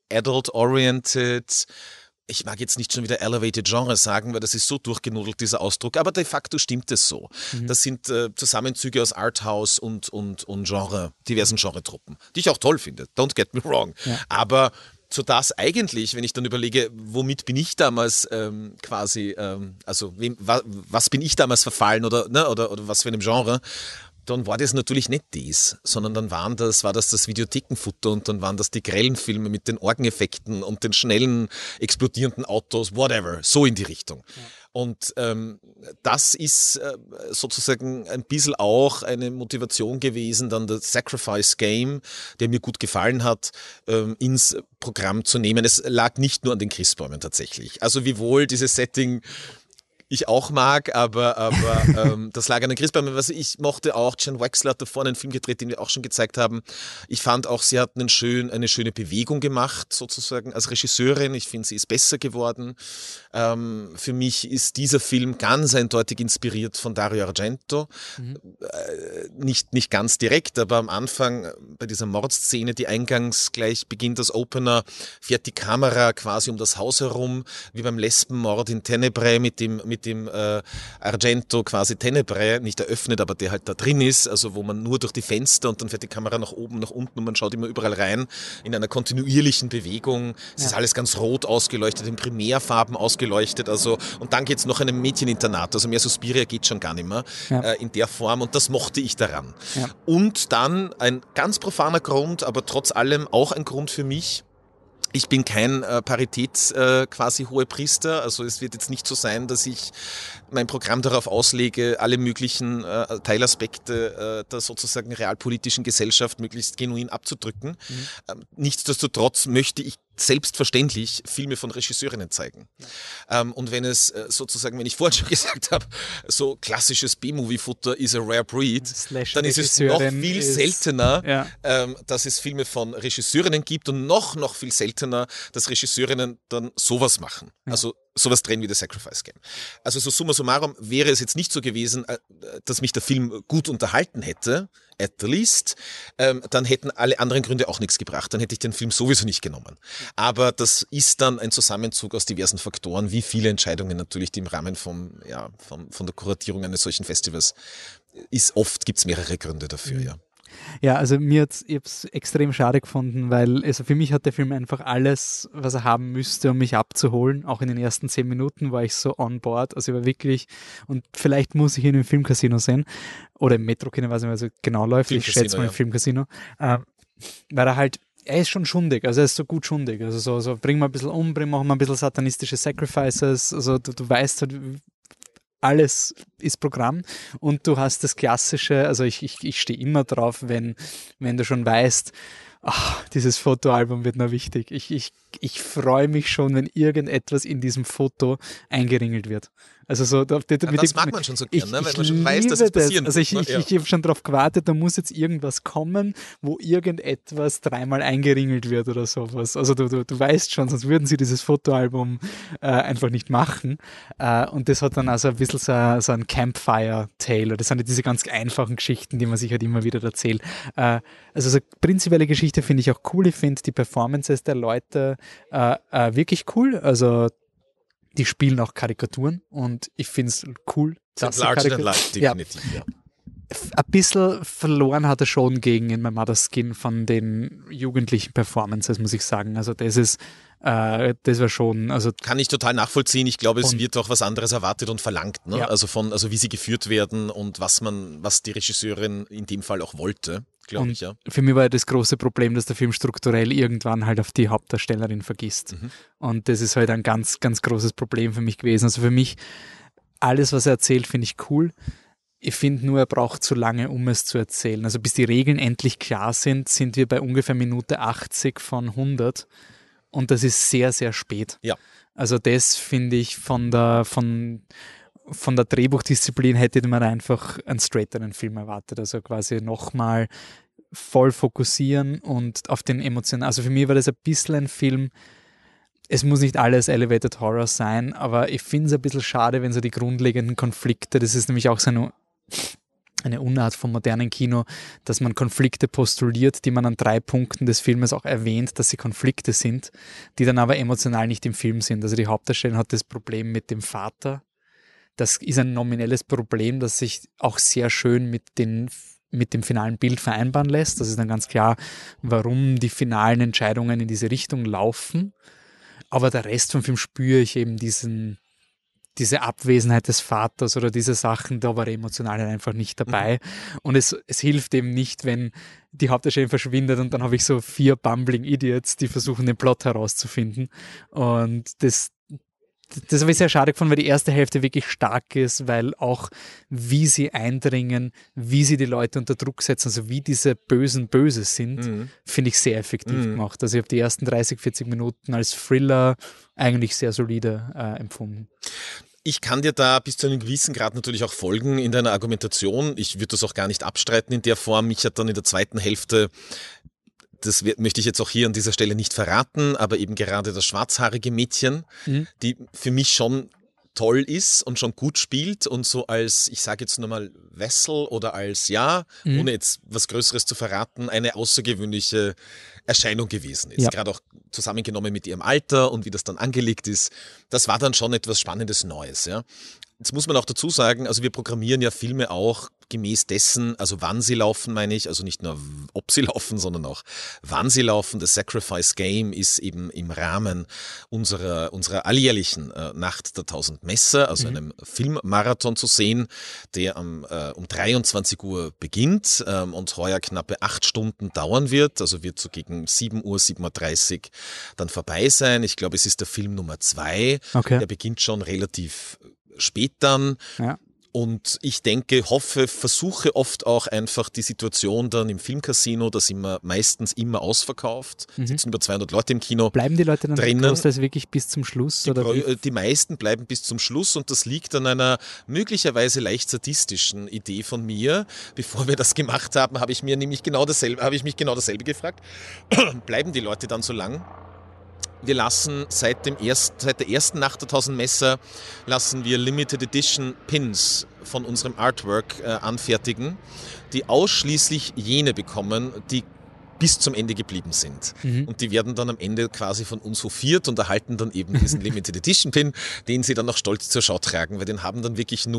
adult-oriented, ich mag jetzt nicht schon wieder Elevated Genre sagen, weil das ist so durchgenudelt, dieser Ausdruck, aber de facto stimmt es so. Mhm. Das sind äh, Zusammenzüge aus Arthouse und, und, und Genre, diversen Genretruppen, die ich auch toll finde, don't get me wrong. Ja. Aber so das eigentlich, wenn ich dann überlege, womit bin ich damals ähm, quasi, ähm, also wem, wa, was bin ich damals verfallen oder, ne, oder, oder was für einem Genre, dann war das natürlich nicht dies, sondern dann waren das, war das das Videothekenfutter und dann waren das die grellen Filme mit den Orgeneffekten und den schnellen, explodierenden Autos, whatever, so in die Richtung. Ja. Und ähm, das ist äh, sozusagen ein bisschen auch eine Motivation gewesen, dann das Sacrifice Game, der mir gut gefallen hat, ähm, ins Programm zu nehmen. Es lag nicht nur an den Christbäumen tatsächlich. Also wiewohl dieses Setting ich auch mag, aber, aber ähm, das lag an den Christbäumen. Was ich mochte auch, Jen Wexler hat da vorne einen Film gedreht, den wir auch schon gezeigt haben. Ich fand auch, sie hat einen schön, eine schöne Bewegung gemacht, sozusagen als Regisseurin. Ich finde, sie ist besser geworden. Ähm, für mich ist dieser Film ganz eindeutig inspiriert von Dario Argento. Mhm. Äh, nicht, nicht ganz direkt, aber am Anfang bei dieser Mordszene, die eingangs gleich beginnt als Opener, fährt die Kamera quasi um das Haus herum, wie beim Lesbenmord in Tenebrae mit dem mit dem äh, Argento quasi Tenebrae, nicht eröffnet, aber der halt da drin ist, also wo man nur durch die Fenster und dann fährt die Kamera nach oben, nach unten und man schaut immer überall rein, in einer kontinuierlichen Bewegung. Es ja. ist alles ganz rot ausgeleuchtet, in Primärfarben ausgeleuchtet, also und dann geht es noch einem Mädcheninternat, also mehr Suspiria geht schon gar nicht mehr ja. äh, in der Form und das mochte ich daran. Ja. Und dann ein ganz profaner Grund, aber trotz allem auch ein Grund für mich. Ich bin kein äh, Paritäts äh, quasi Hohepriester, also es wird jetzt nicht so sein, dass ich mein Programm darauf auslege, alle möglichen äh, Teilaspekte äh, der sozusagen realpolitischen Gesellschaft möglichst genuin abzudrücken. Mhm. Ähm, nichtsdestotrotz möchte ich selbstverständlich Filme von Regisseurinnen zeigen. Ja. Ähm, und wenn es äh, sozusagen, wenn ich vorhin schon gesagt habe, so klassisches B-Movie-Futter is a rare breed, dann ist es noch viel ist, seltener, ja. ähm, dass es Filme von Regisseurinnen gibt und noch, noch viel seltener, dass Regisseurinnen dann sowas machen. Ja. Also sowas drehen wie The Sacrifice Game. Also so summa summarum wäre es jetzt nicht so gewesen, dass mich der Film gut unterhalten hätte, at the least, ähm, dann hätten alle anderen Gründe auch nichts gebracht. Dann hätte ich den Film sowieso nicht genommen. Aber das ist dann ein Zusammenzug aus diversen Faktoren, wie viele Entscheidungen natürlich, die im Rahmen vom, ja, vom, von der Kuratierung eines solchen Festivals ist. Oft gibt es mehrere Gründe dafür, ja. Ja, also mir hat's, ich habe es extrem schade gefunden, weil also für mich hat der Film einfach alles, was er haben müsste, um mich abzuholen. Auch in den ersten zehn Minuten war ich so on board. Also ich war wirklich, und vielleicht muss ich ihn im Filmcasino sehen oder im Metro-Kino, weiß nicht, was genau läuft. Ich schätze mal im ja. Filmcasino. Ähm, weil er halt, er ist schon schundig, also er ist so gut schundig. Also so, so bring mal ein bisschen um, bring mal ein bisschen satanistische Sacrifices. Also du, du weißt halt, alles ist Programm und du hast das Klassische, also ich, ich, ich stehe immer drauf, wenn, wenn du schon weißt, ach, dieses Fotoalbum wird noch wichtig. Ich, ich, ich freue mich schon, wenn irgendetwas in diesem Foto eingeringelt wird. Also so, da, da, ja, das mag man schon so gerne, ne? Wenn man schon weiß, dass es passieren das. Also ich, wird. Ich, ich, ich habe schon darauf gewartet, da muss jetzt irgendwas kommen, wo irgendetwas dreimal eingeringelt wird oder sowas. Also du, du, du weißt schon, sonst würden sie dieses Fotoalbum äh, einfach nicht machen. Äh, und das hat dann also ein bisschen so, so ein Campfire-Tale. Das sind ja diese ganz einfachen Geschichten, die man sich halt immer wieder erzählt. Äh, also so prinzipielle Geschichte finde ich auch cool. Ich finde die Performances der Leute äh, äh, wirklich cool. Also die spielen auch Karikaturen und ich finde es cool. Dass larger than life, definitiv, ja. ja. Ein bisschen verloren hat er schon gegen In My Mother's Skin von den jugendlichen Performances, muss ich sagen. Also das ist, äh, das war schon, also kann ich total nachvollziehen. Ich glaube, es wird auch was anderes erwartet und verlangt, ne? Ja. Also von, also wie sie geführt werden und was man, was die Regisseurin in dem Fall auch wollte. Glaube ich, ja. Für mich war ja das große Problem, dass der Film strukturell irgendwann halt auf die Hauptdarstellerin vergisst. Mhm. Und das ist halt ein ganz, ganz großes Problem für mich gewesen. Also für mich, alles, was er erzählt, finde ich cool. Ich finde nur, er braucht zu lange, um es zu erzählen. Also bis die Regeln endlich klar sind, sind wir bei ungefähr Minute achtzig von hundert. Und das ist sehr, sehr spät. Ja. Also das finde ich von der, von... von der Drehbuchdisziplin hätte man einfach einen straighteren Film erwartet. Also quasi nochmal voll fokussieren und auf den emotionalen. Also für mich war das ein bisschen ein Film, es muss nicht alles Elevated Horror sein, aber ich finde es ein bisschen schade, wenn so die grundlegenden Konflikte, das ist nämlich auch so eine, eine Unart vom modernen Kino, dass man Konflikte postuliert, die man an drei Punkten des Filmes auch erwähnt, dass sie Konflikte sind, die dann aber emotional nicht im Film sind. Also die Hauptdarstellerin hat das Problem mit dem Vater. Das ist ein nominelles Problem, das sich auch sehr schön mit, den, mit dem finalen Bild vereinbaren lässt. Das ist dann ganz klar, warum die finalen Entscheidungen in diese Richtung laufen. Aber der Rest vom Film spüre ich eben diesen, diese Abwesenheit des Vaters oder diese Sachen, da war er emotional einfach nicht dabei. Mhm. Und es, es hilft eben nicht, wenn die Hauptdarstellerin verschwindet und dann habe ich so vier bumbling Idiots, die versuchen, den Plot herauszufinden. Und das Das habe ich sehr schade gefunden, weil die erste Hälfte wirklich stark ist, weil auch wie sie eindringen, wie sie die Leute unter Druck setzen, also wie diese Bösen böse sind, mhm. finde ich sehr effektiv mhm. gemacht. Also ich habe die ersten dreißig, vierzig Minuten als Thriller eigentlich sehr solide äh, empfunden. Ich kann dir da bis zu einem gewissen Grad natürlich auch folgen in deiner Argumentation. Ich würde das auch gar nicht abstreiten in der Form. Mich hat dann in der zweiten Hälfte, das möchte ich jetzt auch hier an dieser Stelle nicht verraten, aber eben gerade das schwarzhaarige Mädchen, mhm. die für mich schon toll ist und schon gut spielt und so als, ich sage jetzt nur mal Vessel oder als, ja, mhm. ohne jetzt was Größeres zu verraten, eine außergewöhnliche Erscheinung gewesen ist. Ja. Gerade auch zusammengenommen mit ihrem Alter und wie das dann angelegt ist. Das war dann schon etwas Spannendes Neues, ja. Jetzt muss man auch dazu sagen, also wir programmieren ja Filme auch gemäß dessen, also wann sie laufen, meine ich, also nicht nur ob sie laufen, sondern auch wann sie laufen. Das Sacrifice Game ist eben im Rahmen unserer, unserer alljährlichen äh, Nacht der tausend Messer, also mhm. einem Filmmarathon zu sehen, der um, äh, um dreiundzwanzig Uhr beginnt ähm, und heuer knappe acht Stunden dauern wird, also wird so gegen sieben Uhr, sieben Uhr dreißig dann vorbei sein. Ich glaube, es ist der Film Nummer zwei, okay. Der beginnt schon relativ spät dann. Ja. Und ich denke, hoffe, versuche oft auch einfach die Situation dann im Filmcasino, das immer meistens immer ausverkauft, mhm. sitzen über zweihundert Leute im Kino. Bleiben die Leute dann drinnen? Das wirklich bis zum Schluss? Die, oder wie? die meisten bleiben bis zum Schluss und das liegt an einer möglicherweise leicht sadistischen Idee von mir. Bevor wir das gemacht haben, habe ich mir nämlich genau dasselbe, habe ich mich genau dasselbe gefragt. Bleiben die Leute dann so lang? Wir lassen seit, dem erst, seit der ersten Nacht der tausend Messer lassen wir Limited Edition Pins von unserem Artwork äh, anfertigen, die ausschließlich jene bekommen, die bis zum Ende geblieben sind. Mhm. Und die werden dann am Ende quasi von uns hofiert und erhalten dann eben diesen Limited Edition Pin, den sie dann noch stolz zur Schau tragen, weil den haben dann wirklich nur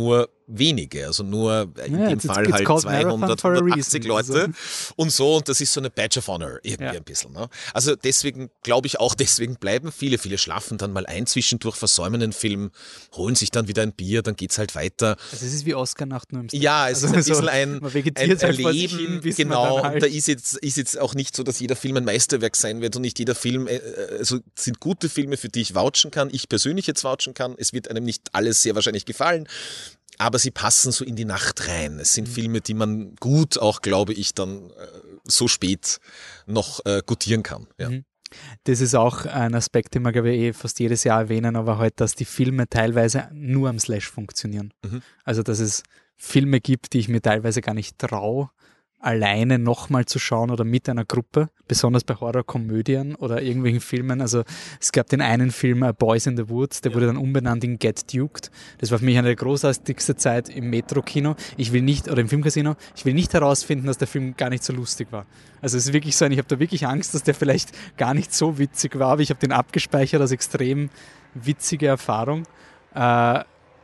wenige, also nur in ja, dem it's, Fall it's halt zweihundert, hundertachtzig Leute also. und so, und das ist so eine Badge of Honor irgendwie ja. ein bisschen. Ne? Also deswegen, glaube ich auch, deswegen bleiben viele, viele schlafen dann mal ein, zwischendurch versäumen den Film, holen sich dann wieder ein Bier, dann geht's halt weiter. Also es ist wie Oscar-Nacht nur im Stil. Ja, es also ist ein so, bisschen ein, ein halt Erleben, hin, genau, halt und da ist jetzt, ist jetzt auch nicht so, dass jeder Film ein Meisterwerk sein wird und nicht jeder Film, also es sind gute Filme, für die ich vouchen kann, ich persönlich jetzt vouchen kann, es wird einem nicht alles sehr wahrscheinlich gefallen, aber sie passen so in die Nacht rein. Es sind mhm. Filme, die man gut auch, glaube ich, dann äh, so spät noch äh, gutieren kann. Ja. Mhm. Das ist auch ein Aspekt, den wir, glaube ich, eh fast jedes Jahr erwähnen, aber halt, dass die Filme teilweise nur am Slash funktionieren. Mhm. Also, dass es Filme gibt, die ich mir teilweise gar nicht traue, alleine nochmal zu schauen oder mit einer Gruppe, besonders bei Horrorkomödien oder irgendwelchen Filmen. Also es gab den einen Film uh, Boys in the Woods, der ja. wurde dann umbenannt in Get Duked. Das war für mich eine der großartigsten Zeit im Metro-Kino. Ich will nicht, oder im Filmcasino, ich will nicht herausfinden, dass der Film gar nicht so lustig war. Also es ist wirklich so ein, ich habe da wirklich Angst, dass der vielleicht gar nicht so witzig war, aber ich habe den abgespeichert als extrem witzige Erfahrung. Äh,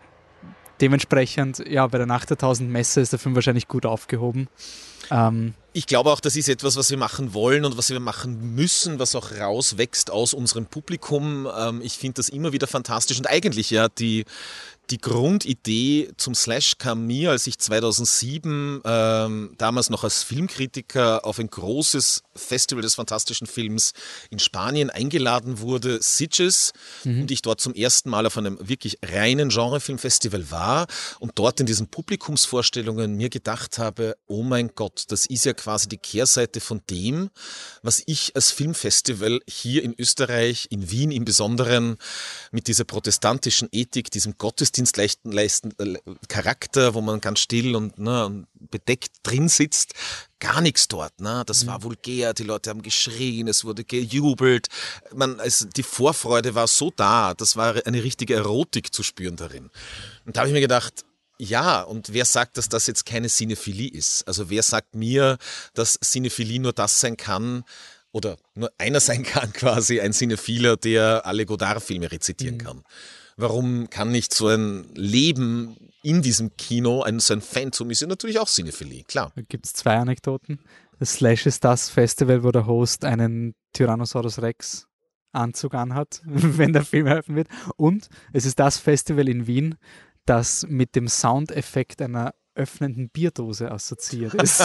dementsprechend, ja, bei der Nacht der tausend Messer ist der Film wahrscheinlich gut aufgehoben. Ähm, ich glaube auch, das ist etwas, was wir machen wollen und was wir machen müssen, was auch rauswächst aus unserem Publikum. Ähm, ich finde das immer wieder fantastisch und eigentlich ja die, die Grundidee zum Slash kam mir, als ich zweitausendsieben ähm, damals noch als Filmkritiker auf ein großes Festival des fantastischen Films in Spanien eingeladen wurde, Sitges, mhm. und ich dort zum ersten Mal auf einem wirklich reinen Genrefilmfestival war und dort in diesen Publikumsvorstellungen mir gedacht habe, oh mein Gott, das ist ja quasi die Kehrseite von dem, was ich als Filmfestival hier in Österreich, in Wien im Besonderen, mit dieser protestantischen Ethik, diesem Gottesdienstleisten leisten, äh, Charakter, wo man ganz still und ne, bedeckt drin sitzt, gar nichts dort. Ne? Das mhm. war vulgär, die Leute haben geschrien, es wurde gejubelt. Man, also die Vorfreude war so da, das war eine richtige Erotik zu spüren darin. Und da habe ich mir gedacht, ja, und wer sagt, dass das jetzt keine Cinephilie ist? Also wer sagt mir, dass Cinephilie nur das sein kann, oder nur einer sein kann quasi, ein Cinephiler, der alle Godard-Filme rezitieren mhm. kann. Warum kann nicht so ein Leben in diesem Kino, ein, so ein Phantom ist ja natürlich auch Cinephilie, klar. Da gibt es zwei Anekdoten. Das Slash ist das Festival, wo der Host einen Tyrannosaurus Rex Anzug anhat, wenn der Film eröffnet wird. Und es ist das Festival in Wien, das mit dem Soundeffekt einer öffnenden Bierdose assoziiert ist.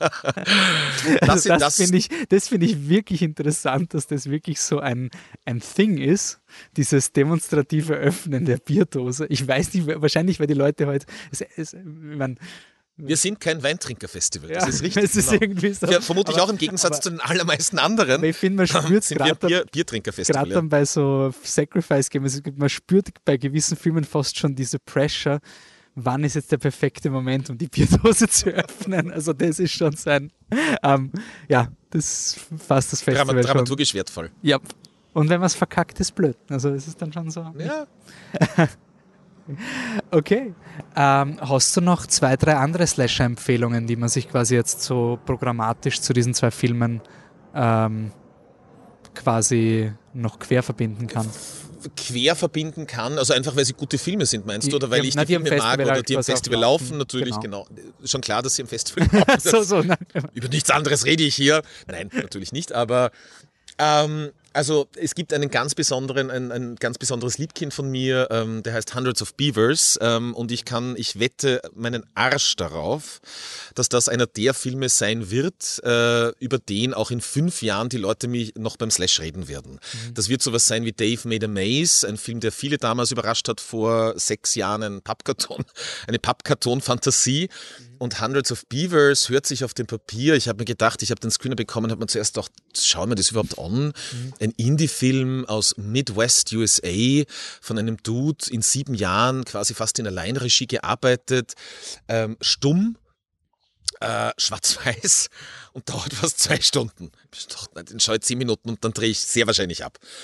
also das das finde ich, das find ich wirklich interessant, dass das wirklich so ein, ein Thing ist, dieses demonstrative Öffnen der Bierdose. Ich weiß nicht, wahrscheinlich, weil die Leute heute, es, es, ich mein, wir sind kein Weintrinkerfestival, das ja, ist richtig. Es ist genau. irgendwie so. Ja, vermutlich aber, auch im Gegensatz aber, zu den allermeisten anderen. Ich finde, man spürt es gerade Bier, Biertrinkerfestival. Gerade dann bei so Sacrifice-Games, man spürt bei gewissen Filmen fast schon diese Pressure, wann ist jetzt der perfekte Moment, um die Bierdose zu öffnen. Also das ist schon sein, ähm, ja, das fasst das Festival Dram- dramaturgisch schon. wertvoll. Ja, und wenn man es verkackt, ist blöd. Also es ist dann schon so. Ja. Okay. Ähm, hast du noch zwei, drei andere Slasher-Empfehlungen, die man sich quasi jetzt so programmatisch zu diesen zwei Filmen ähm, quasi noch quer verbinden kann? Quer verbinden kann, also einfach, weil sie gute Filme sind, meinst die, du? Oder weil die, ich na, die, die Filme mag oder die im Festival laufen, laufen, natürlich, genau. genau. Schon klar, dass sie im Festival laufen. so, so, Über nichts anderes rede ich hier. Nein, natürlich nicht, aber ähm, also es gibt einen ganz besonderen, ein, ein ganz besonderes Liebkind von mir, ähm, der heißt Hundreds of Beavers, ähm, und ich kann, ich wette meinen Arsch darauf, dass das einer der Filme sein wird, äh, über den auch in fünf Jahren die Leute mich noch beim Slash reden werden. Mhm. Das wird sowas sein wie Dave Made a Maze, ein Film, der viele damals überrascht hat, vor sechs Jahren ein Pappkarton, eine Pappkarton-Fantasie. Mhm. Und Hundreds of Beavers hört sich auf dem Papier, ich habe mir gedacht, ich habe den Screener bekommen, habe mir zuerst gedacht, schauen wir das überhaupt an? Mhm. Ein Indie-Film aus Midwest U S A von einem Dude in sieben Jahren quasi fast in Alleinregie gearbeitet, ähm, stumm, äh, schwarz-weiß und dauert fast zwei Stunden. Ich dachte, den schaue ich zehn Minuten und dann drehe ich sehr wahrscheinlich ab.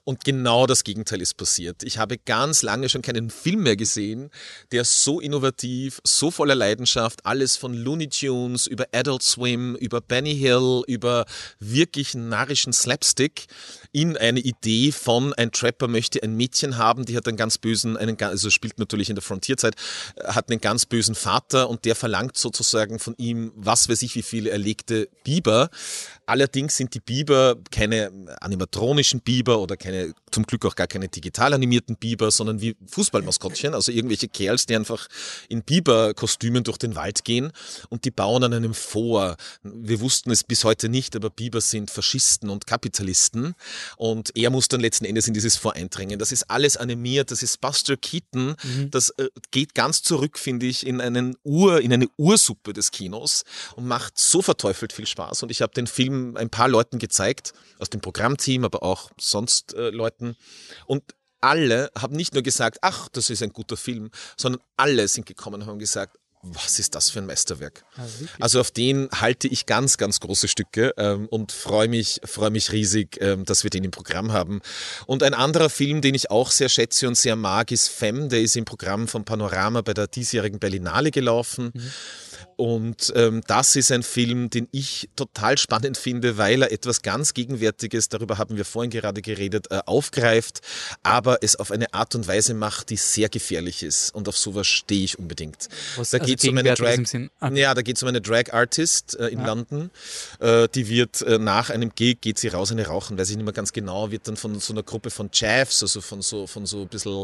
Und genau das Gegenteil ist passiert. Ich habe ganz lange schon keinen Film mehr gesehen, der so innovativ, so voller Leidenschaft, alles von Looney Tunes über Adult Swim, über Benny Hill, über wirklich narrischen Slapstick in eine Idee von ein Trapper möchte ein Mädchen haben, die hat einen ganz bösen, einen, also spielt natürlich in der Frontierzeit, hat einen ganz bösen Vater und der verlangt sozusagen von ihm, was weiß ich, wie viele erlegte Biber. Allerdings sind die Biber keine animatronischen Biber oder keine, zum Glück auch gar keine digital animierten Biber, sondern wie Fußballmaskottchen, also irgendwelche Kerls, die einfach in Biberkostümen durch den Wald gehen und die bauen an einem Fort. Wir wussten es bis heute nicht, aber Biber sind Faschisten und Kapitalisten und er muss dann letzten Endes in dieses Fort eindringen. Das ist alles animiert, das ist Buster Keaton, mhm. das äh, geht ganz zurück, finde ich, in, einen Ur, in eine Ursuppe des Kinos und macht so verteufelt viel Spaß und ich habe den Film ein paar Leuten gezeigt, aus dem Programmteam, aber auch sonst äh, Leuten. Und alle haben nicht nur gesagt, ach, das ist ein guter Film, sondern alle sind gekommen und haben gesagt, was ist das für ein Meisterwerk? Also, also auf den halte ich ganz, ganz große Stücke ähm, und freue mich, freue mich riesig, ähm, dass wir den im Programm haben. Und ein anderer Film, den ich auch sehr schätze und sehr mag, ist Femme. Der ist im Programm von Panorama bei der diesjährigen Berlinale gelaufen. Mhm. Und ähm, das ist ein Film, den ich total spannend finde, weil er etwas ganz Gegenwärtiges, darüber haben wir vorhin gerade geredet, äh, aufgreift, aber es auf eine Art und Weise macht, die sehr gefährlich ist. Und auf sowas stehe ich unbedingt. Was, da also geht es um eine Drag, okay. ja, da geht es um eine Drag Artist äh, in ja. London. Äh, die wird äh, nach einem Gig, geht sie raus, eine rauchen, weiß ich nicht mehr ganz genau, wird dann von so einer Gruppe von Javs, also von so, von so ein bisschen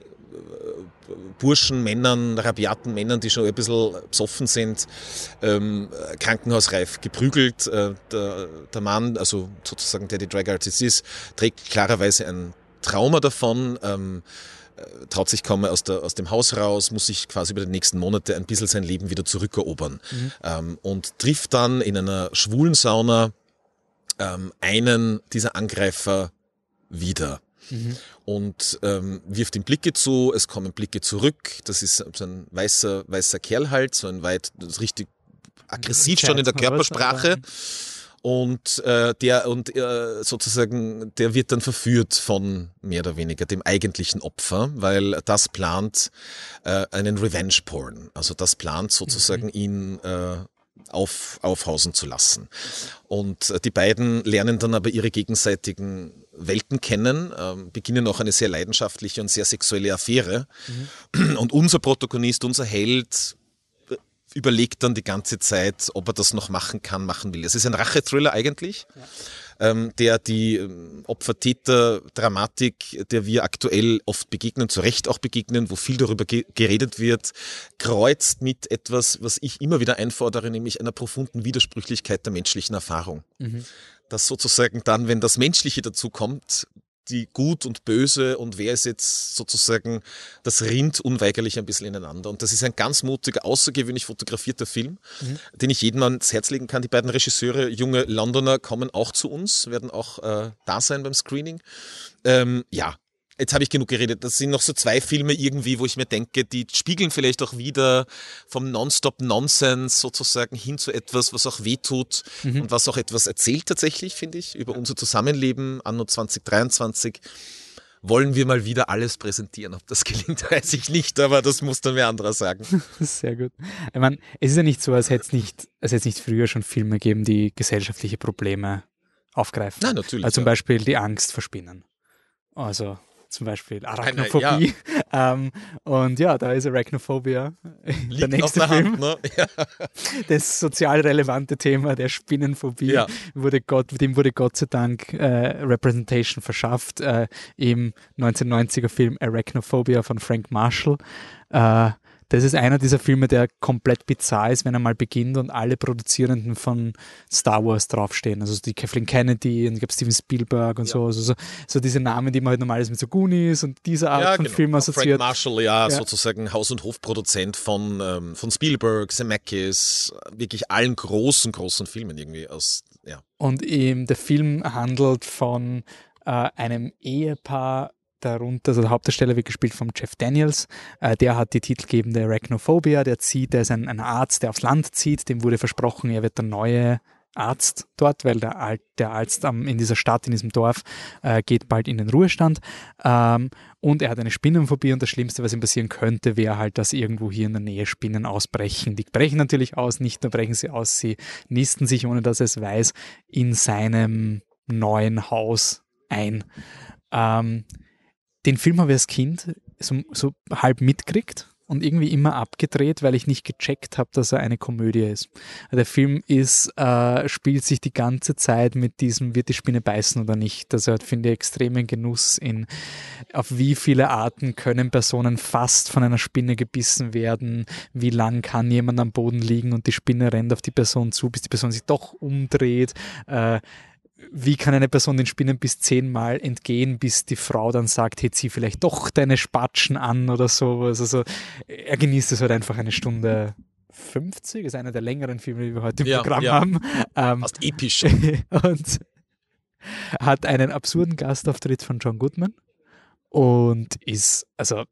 Burschen, Männern, rabiaten Männern, die schon ein bisschen besoffen sind, ähm, krankenhausreif geprügelt. Äh, der, der Mann, also sozusagen der die Drag Artist ist, trägt klarerweise ein Trauma davon, ähm, traut sich kaum mehr aus, der, aus dem Haus raus, muss sich quasi über die nächsten Monate ein bisschen sein Leben wieder zurückerobern mhm. ähm, und trifft dann in einer schwulen Sauna ähm, einen dieser Angreifer wieder. Mhm. Und ähm, wirft ihm Blicke zu, es kommen Blicke zurück, das ist so ein weißer, weißer Kerl halt, so ein weit, das ist richtig aggressiv schon in der Körpersprache und äh, der und äh, sozusagen, der wird dann verführt von mehr oder weniger dem eigentlichen Opfer, weil das plant äh, einen Revenge-Porn, also das plant sozusagen mhm. ihn äh, Auf, aufhausen zu lassen. Und die beiden lernen dann aber ihre gegenseitigen Welten kennen, ähm, beginnen auch eine sehr leidenschaftliche und sehr sexuelle Affäre. Mhm. Und unser Protagonist, unser Held, überlegt dann die ganze Zeit, ob er das noch machen kann, machen will. Es ist ein Rachethriller eigentlich, ja. ähm, der die ähm, Opfer-Täter-Dramatik, der wir aktuell oft begegnen, zu Recht auch begegnen, wo viel darüber ge- geredet wird, kreuzt mit etwas, was ich immer wieder einfordere, nämlich einer profunden Widersprüchlichkeit der menschlichen Erfahrung. Mhm. Dass sozusagen dann, wenn das Menschliche dazu kommt, die Gut und Böse und wer ist jetzt sozusagen, das rinnt unweigerlich ein bisschen ineinander. Und das ist ein ganz mutiger, außergewöhnlich fotografierter Film, mhm. den ich jedem ans Herz legen kann. Die beiden Regisseure, junge Londoner, kommen auch zu uns, werden auch äh, da sein beim Screening. Ähm, ja, jetzt habe ich genug geredet. Das sind noch so zwei Filme irgendwie, wo ich mir denke, die spiegeln vielleicht auch wieder vom Nonstop-Nonsense sozusagen hin zu etwas, was auch wehtut mhm. und was auch etwas erzählt tatsächlich, finde ich, über unser Zusammenleben anno zwanzig dreiundzwanzig. Wollen wir mal wieder alles präsentieren. Ob das gelingt, weiß ich nicht, aber das muss dann wer anderer sagen. Sehr gut. Ich meine, es ist ja nicht so, als hätte es nicht, als hätte es nicht früher schon Filme gegeben, die gesellschaftliche Probleme aufgreifen. Nein, natürlich. Also zum ja. Beispiel die Angst vor Spinnen. Also zum Beispiel Arachnophobie. Ja. Ähm, und ja, da ist Arachnophobia Liegt der nächste der Film. Hand, ne? Ja. Das sozial relevante Thema der Spinnenphobie, ja. wurde Gott, dem wurde Gott sei Dank äh, Representation verschafft äh, im neunzehnhundertneunziger Film Arachnophobia von Frank Marshall. Äh, Das ist einer dieser Filme, der komplett bizarr ist, wenn er mal beginnt und alle Produzierenden von Star Wars draufstehen. Also die Kathleen Kennedy und ich glaube Steven Spielberg und ja. so, also so. So diese Namen, die man halt normalerweise mit so Goonies und dieser Art ja, von genau. Film assoziiert. Frank Marshall, ja, ja. sozusagen Haus- und Hofproduzent von, ähm, von Spielberg, Zemeckis, wirklich allen großen, großen Filmen irgendwie aus, ja. Und ähm, der Film handelt von äh, einem Ehepaar, darunter, also der Hauptdarsteller wird gespielt von Jeff Daniels, äh, der hat die titelgebende Arachnophobia, der zieht, der ist ein, ein Arzt, der aufs Land zieht, dem wurde versprochen, er wird der neue Arzt dort, weil der, Alt, der Arzt ähm, in dieser Stadt, in diesem Dorf, äh, geht bald in den Ruhestand. Ähm, und er hat eine Spinnenphobie und das Schlimmste, was ihm passieren könnte, wäre halt, dass irgendwo hier in der Nähe Spinnen ausbrechen. Die brechen natürlich aus, nicht nur brechen sie aus, sie nisten sich, ohne dass er es weiß, in seinem neuen Haus ein. Ähm, den Film habe ich als Kind so, so halb mitgekriegt und irgendwie immer abgedreht, weil ich nicht gecheckt habe, dass er eine Komödie ist. Der Film ist, äh, spielt sich die ganze Zeit mit diesem, wird die Spinne beißen oder nicht. Also hat, finde ich, extremen Genuss in, auf wie viele Arten können Personen fast von einer Spinne gebissen werden, wie lang kann jemand am Boden liegen und die Spinne rennt auf die Person zu, bis die Person sich doch umdreht. Äh, Wie kann eine Person den Spinnen bis zehnmal entgehen, bis die Frau dann sagt, hey, zieh vielleicht doch deine Spatschen an oder sowas. Also er genießt es halt einfach eine Stunde fünfzig, ist einer der längeren Filme, die wir heute im ja, Programm ja. haben. Ähm, Fast episch schon. und hat einen absurden Gastauftritt von John Goodman und ist, also,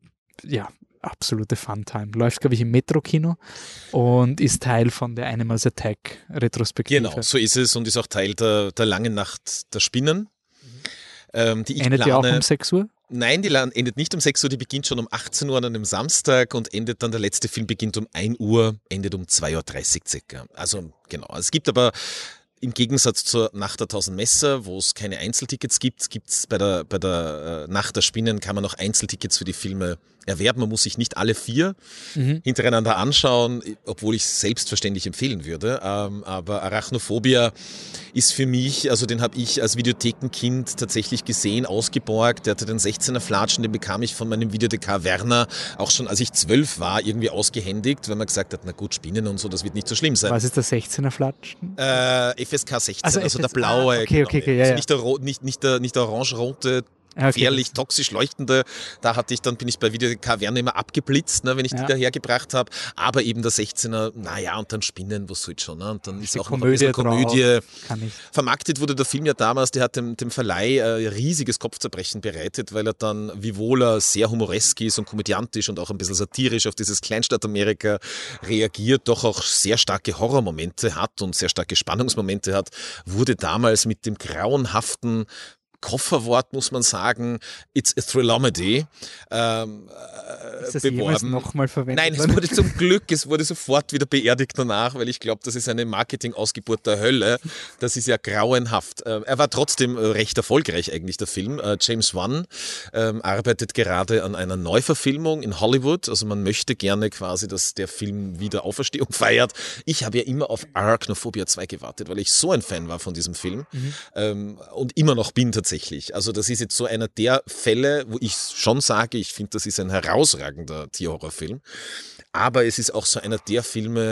ja, absolute Funtime. Läuft, glaube ich, im Metro-Kino und ist Teil von der Animals Attack Retrospektive. Genau, so ist es und ist auch Teil der, der langen Nacht der Spinnen. Mhm. Ähm, die ich Endet plane, die auch um sechs Uhr? Nein, die endet nicht um sechs Uhr, die beginnt schon um achtzehn Uhr an einem Samstag und endet dann, der letzte Film beginnt um ein Uhr, endet um zwei Uhr dreißig circa. Also genau, es gibt aber im Gegensatz zur Nacht der tausend Messer, wo es keine Einzeltickets gibt, gibt es bei der, bei der Nacht der Spinnen, kann man auch Einzeltickets für die Filme erwerben. Man muss sich nicht alle vier mhm. hintereinander anschauen, obwohl ich es selbstverständlich empfehlen würde. Ähm, aber Arachnophobia ist für mich, also den habe ich als Videothekenkind tatsächlich gesehen, ausgeborgt. Der hatte den sechzehner Flatschen, den bekam ich von meinem Videothekar Werner auch schon, als ich zwölf war, irgendwie ausgehändigt, weil man gesagt hat, na gut, Spinnen und so, das wird nicht so schlimm sein. Was ist der sechzehner Flatschen? Äh, F S K sechzehn, also, also F S, der blaue. ah, okay, okay, okay, ja, also ja. nicht der, nicht, nicht der, nicht der orange-rote, okay, gefährlich, toxisch leuchtende. Da hatte ich dann, bin ich bei Videothekar Werner immer abgeblitzt, ne, wenn ich ja. die dahergebracht habe. Aber eben der sechzehner, naja, und dann Spinnen, was soll's schon. Ne? Und dann ist die auch Komödie noch ein bisschen Komödie. Kann ich. Vermarktet wurde der Film ja damals, der hat dem, dem Verleih äh, riesiges Kopfzerbrechen bereitet, weil er dann, wiewohl er sehr humoresk ist und komödiantisch und auch ein bisschen satirisch auf dieses Kleinstadt-Amerika reagiert, doch auch sehr starke Horrormomente hat und sehr starke Spannungsmomente hat, wurde damals mit dem grauenhaften Kofferwort, muss man sagen, it's a Thrillomedy ähm, ist das beworben. Nochmal verwendet? Nein, es wurde zum Glück, es wurde sofort wieder beerdigt danach, weil ich glaube, das ist eine Marketing-Ausgeburt der Hölle. Das ist ja grauenhaft. Ähm, er war trotzdem recht erfolgreich eigentlich, der Film. Äh, James Wan ähm, arbeitet gerade an einer Neuverfilmung in Hollywood. Also man möchte gerne quasi, dass der Film wieder Auferstehung feiert. Ich habe ja immer auf Arachnophobia zwei gewartet, weil ich so ein Fan war von diesem Film mhm. ähm, und immer noch bin tatsächlich. Tatsächlich. Also das ist jetzt so einer der Fälle, wo ich schon sage, ich finde, das ist ein herausragender Tierhorrorfilm. Aber es ist auch so einer der Filme,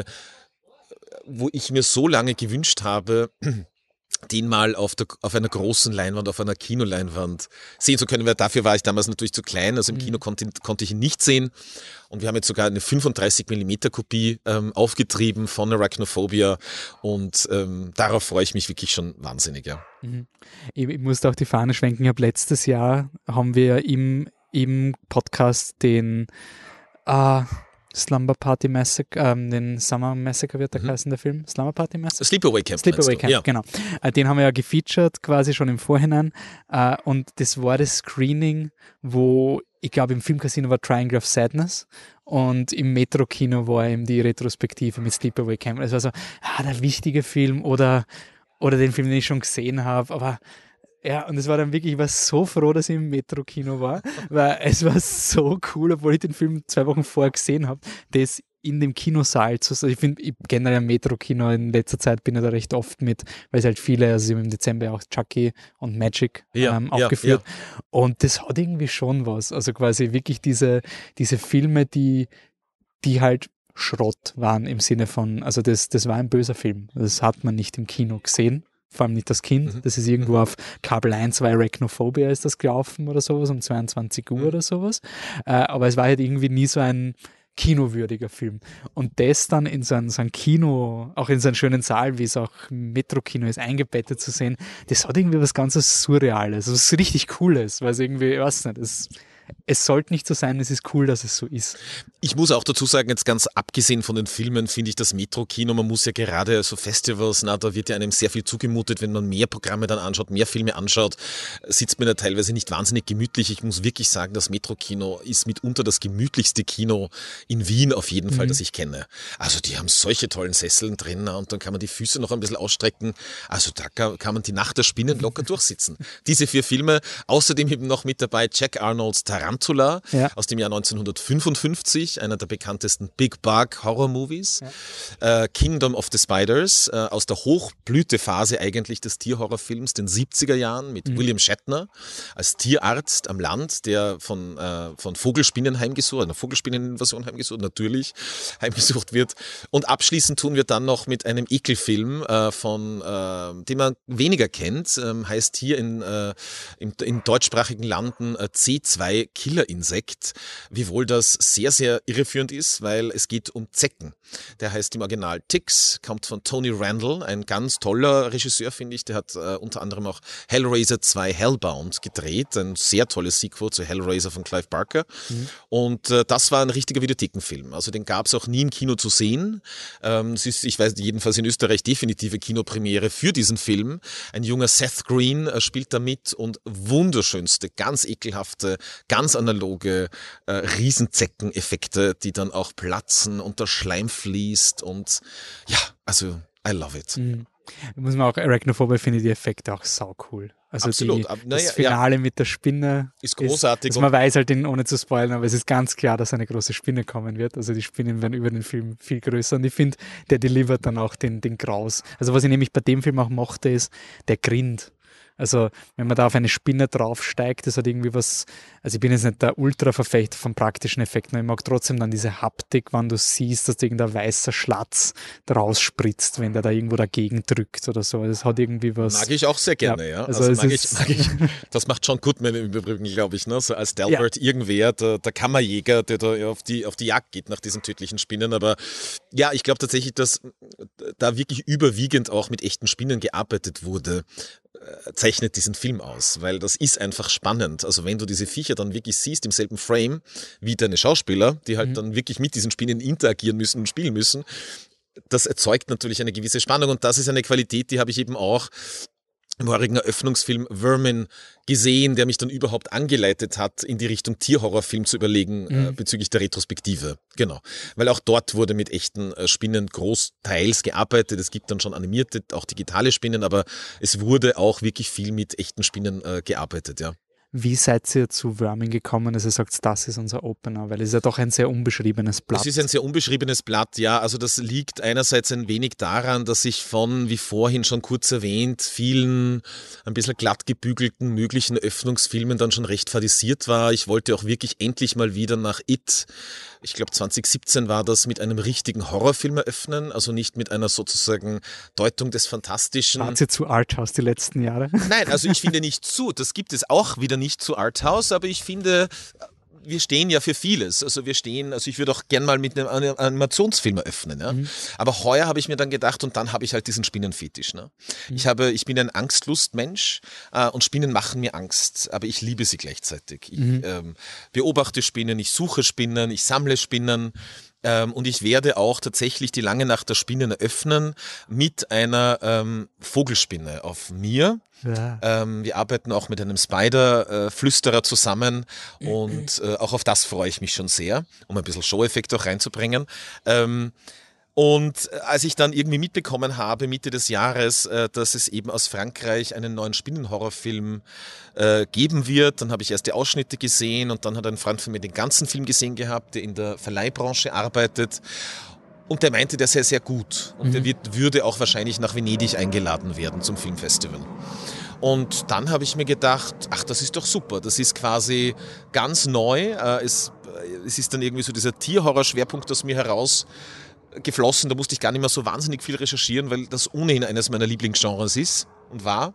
wo ich mir so lange gewünscht habe, den mal auf, der, auf einer großen Leinwand, auf einer Kinoleinwand sehen zu können, weil dafür war ich damals natürlich zu klein, also im Kino konnte, konnte ich ihn nicht sehen und wir haben jetzt sogar eine fünfunddreißig Millimeter Kopie ähm, aufgetrieben von Arachnophobia und ähm, darauf freue ich mich wirklich schon wahnsinnig, ja. Mhm. Ich, ich musste auch die Fahne schwenken, ich habe letztes Jahr, haben wir im, im Podcast den äh, Slumber Party Massacre, ähm, den Summer Massacre wird der mhm. heißen, der Film. Slumber Party Massacre? Sleepaway Camp. Sleepaway Camp, ja. genau. Äh, den haben wir ja gefeatured quasi schon im Vorhinein. Äh, und das war das Screening, wo, ich glaube, im Filmcasino war Triangle of Sadness und im Metro-Kino war eben die Retrospektive mit Sleepaway Camp. Es war so, ah, der wichtige Film oder, oder den Film, den ich schon gesehen habe, aber ja, und es war dann wirklich, ich war so froh, dass ich im Metro-Kino war, weil es war so cool, obwohl ich den Film zwei Wochen vorher gesehen habe, das in dem Kinosaal zu sein. Ich finde, ich generell im Metro-Kino in letzter Zeit bin ich da recht oft mit, weil es halt viele, also im Dezember auch Chucky und Magic ja, ähm, aufgeführt. Ja, ja. Und das hat irgendwie schon was. Also quasi wirklich diese, diese Filme, die, die halt Schrott waren im Sinne von, also das, das war ein böser Film. Das hat man nicht im Kino gesehen. Vor allem nicht das Kind, mhm. das ist irgendwo auf Kabel eins, weil Arachnophobia ist das gelaufen oder sowas, um zweiundzwanzig Uhr mhm. oder sowas. Äh, aber es war halt irgendwie nie so ein kinowürdiger Film. Und das dann in so ein, so ein Kino, auch in so einem schönen Saal, wie es auch im Metro-Kino ist, eingebettet zu sehen, das hat irgendwie was ganz Surreales, was richtig Cooles, weil es irgendwie, ich weiß nicht, das es sollte nicht so sein, es ist cool, dass es so ist. Ich muss auch dazu sagen, jetzt ganz abgesehen von den Filmen, finde ich das Metro-Kino, man muss ja gerade so Festivals, na, da wird ja einem sehr viel zugemutet, wenn man mehr Programme dann anschaut, mehr Filme anschaut, sitzt man da teilweise nicht wahnsinnig gemütlich. Ich muss wirklich sagen, das Metro-Kino ist mitunter das gemütlichste Kino in Wien auf jeden Fall, mhm. das ich kenne. Also die haben solche tollen Sesseln drin, na, und dann kann man die Füße noch ein bisschen ausstrecken. Also da kann, kann man die Nacht der Spinnen locker durchsitzen. Diese vier Filme, außerdem eben noch mit dabei Jack Arnolds Tarantula ja. aus dem Jahr neunzehnhundertfünfundfünfzig, einer der bekanntesten Big Bug Horror Movies. Ja. Äh, Kingdom of the Spiders, äh, aus der Hochblütephase eigentlich des Tierhorrorfilms, den siebziger Jahren mit mhm. William Shatner als Tierarzt am Land, der von, äh, von Vogelspinnen heimgesucht, einer Vogelspinneninvasion heimgesucht, natürlich heimgesucht wird. Und abschließend tun wir dann noch mit einem Ekelfilm, äh, von, äh, den man weniger kennt, äh, heißt hier in, äh, in, in deutschsprachigen Landen äh, C zwei Killerinsekt, wiewohl das sehr, sehr irreführend ist, weil es geht um Zecken. Der heißt im Original Ticks, kommt von Tony Randall, ein ganz toller Regisseur, finde ich. Der hat äh, unter anderem auch Hellraiser zwei Hellbound gedreht, ein sehr tolles Sequel zu Hellraiser von Clive Barker. Mhm. Und äh, das war ein richtiger Videothekenfilm. Also den gab es auch nie im Kino zu sehen. Ähm, es ist, ich weiß, jedenfalls in Österreich definitive Kinopremiere für diesen Film. Ein junger Seth Green äh, spielt da mit und wunderschönste, ganz ekelhafte, ganz analoge äh, Riesenzeckeneffekte, die dann auch platzen und der Schleim fließt und ja, also I love it. Mhm. Muss man auch, Arachnophobia finde ich die Effekte auch sau cool. Also Absolut. Die, naja, das Finale ja. mit der Spinne ist großartig. Ist, also man weiß halt, den, ohne zu spoilern, aber es ist ganz klar, dass eine große Spinne kommen wird. Also die Spinnen werden über den Film viel größer und ich finde, der delivert dann auch den, den Graus. Also was ich nämlich bei dem Film auch mochte, ist, der grinnt. Also wenn man da auf eine Spinne draufsteigt, das hat irgendwie was, also ich bin jetzt nicht der Ultra-Verfechter von praktischen Effekten, aber ich mag trotzdem dann diese Haptik, wenn du siehst, dass irgendein weißer Schlatz draus spritzt, wenn der da irgendwo dagegen drückt oder so. Das hat irgendwie was. Mag ich auch sehr gerne, ja. ja. Also, also mag ist, ich, mag ich, das macht John Goodman im Übrigen, glaube ich, ne? So als Delbert ja. irgendwer, der, der Kammerjäger, der da auf die, auf die Jagd geht nach diesen tödlichen Spinnen. Aber ja, ich glaube tatsächlich, dass da wirklich überwiegend auch mit echten Spinnen gearbeitet wurde, zeichnet diesen Film aus, weil das ist einfach spannend. Also wenn du diese Viecher dann wirklich siehst im selben Frame wie deine Schauspieler, die halt mhm. dann wirklich mit diesen Spinnen interagieren müssen und spielen müssen, das erzeugt natürlich eine gewisse Spannung und das ist eine Qualität, die habe ich eben auch im heurigen Eröffnungsfilm Vermin gesehen, der mich dann überhaupt angeleitet hat, in die Richtung Tierhorrorfilm zu überlegen, mhm. äh, bezüglich der Retrospektive. Genau. Weil auch dort wurde mit echten äh, Spinnen großteils gearbeitet. Es gibt dann schon animierte, auch digitale Spinnen, aber es wurde auch wirklich viel mit echten Spinnen äh, gearbeitet, ja. Wie seid ihr zu Vermin gekommen, dass ihr sagt, das ist unser Opener? Weil es ist ja doch ein sehr unbeschriebenes Blatt. Es ist ein sehr unbeschriebenes Blatt, ja. Also das liegt einerseits ein wenig daran, dass ich von, wie vorhin schon kurz erwähnt, vielen ein bisschen glatt gebügelten möglichen Öffnungsfilmen dann schon recht fadisiert war. Ich wollte auch wirklich endlich mal wieder nach It, ich glaube zwanzig siebzehn war das, mit einem richtigen Horrorfilm eröffnen, also nicht mit einer sozusagen Deutung des Fantastischen. Wart ihr zu Arthouse die letzten Jahre? Nein, also ich finde nicht zu. Das gibt es auch wieder nicht zu Arthouse, aber ich finde, wir stehen ja für vieles. Also wir stehen, also ich würde auch gern mal mit einem Animationsfilm eröffnen. Ja? Mhm. Aber heuer habe ich mir dann gedacht und dann habe ich halt diesen Spinnenfetisch. Ne? Mhm. Ich habe, ich bin ein Angstlustmensch äh, und Spinnen machen mir Angst, aber ich liebe sie gleichzeitig. Ich mhm. ähm, beobachte Spinnen, ich suche Spinnen, ich sammle Spinnen. Und ich werde auch tatsächlich die Lange Nacht der Spinnen eröffnen mit einer ähm, Vogelspinne auf mir. Ja. Ähm, wir arbeiten auch mit einem Spider-Flüsterer zusammen und äh, auch auf das freue ich mich schon sehr, um ein bisschen Show-Effekt auch reinzubringen. Ähm, Und als ich dann irgendwie mitbekommen habe, Mitte des Jahres, dass es eben aus Frankreich einen neuen Spinnenhorrorfilm äh, geben wird, dann habe ich erst die Ausschnitte gesehen und dann hat ein Freund von mir den ganzen Film gesehen gehabt, der in der Verleihbranche arbeitet. Und der meinte, der sei sehr gut. Und mhm. der wird, würde auch wahrscheinlich nach Venedig eingeladen werden zum Filmfestival. Und dann habe ich mir gedacht, ach, das ist doch super. Das ist quasi ganz neu. Es, es ist dann irgendwie so dieser Tierhorror-Schwerpunkt aus mir heraus geflossen, da musste ich gar nicht mehr so wahnsinnig viel recherchieren, weil das ohnehin eines meiner Lieblingsgenres ist und war.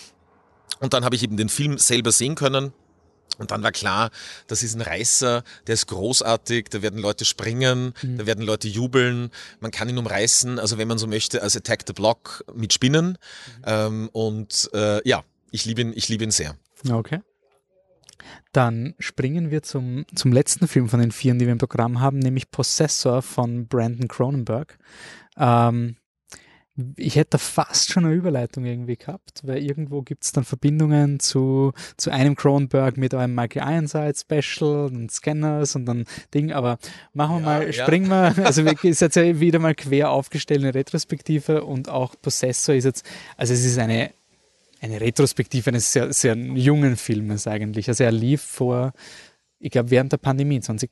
Und dann habe ich eben den Film selber sehen können und dann war klar, das ist ein Reißer, der ist großartig, da werden Leute springen, mhm. da werden Leute jubeln, man kann ihn umreißen, also wenn man so möchte, als Attack the Block mit Spinnen. Mhm. Ähm, und äh, ja, ich liebe ihn, ich liebe ihn sehr. Okay. Dann springen wir zum, zum letzten Film von den vier, die wir im Programm haben, nämlich Possessor von Brandon Cronenberg. Ähm, ich hätte fast schon eine Überleitung irgendwie gehabt, weil irgendwo gibt es dann Verbindungen zu, zu einem Cronenberg mit einem Michael Ironside Special und Scanners und dann Ding, aber machen wir ja, mal, ja. springen wir, also ist jetzt ja wieder mal quer aufgestellt eine Retrospektive und auch Possessor ist jetzt, also es ist eine eine Retrospektive eines sehr, sehr jungen Filmes eigentlich, also er lief vor, ich glaube während der Pandemie, zwanzig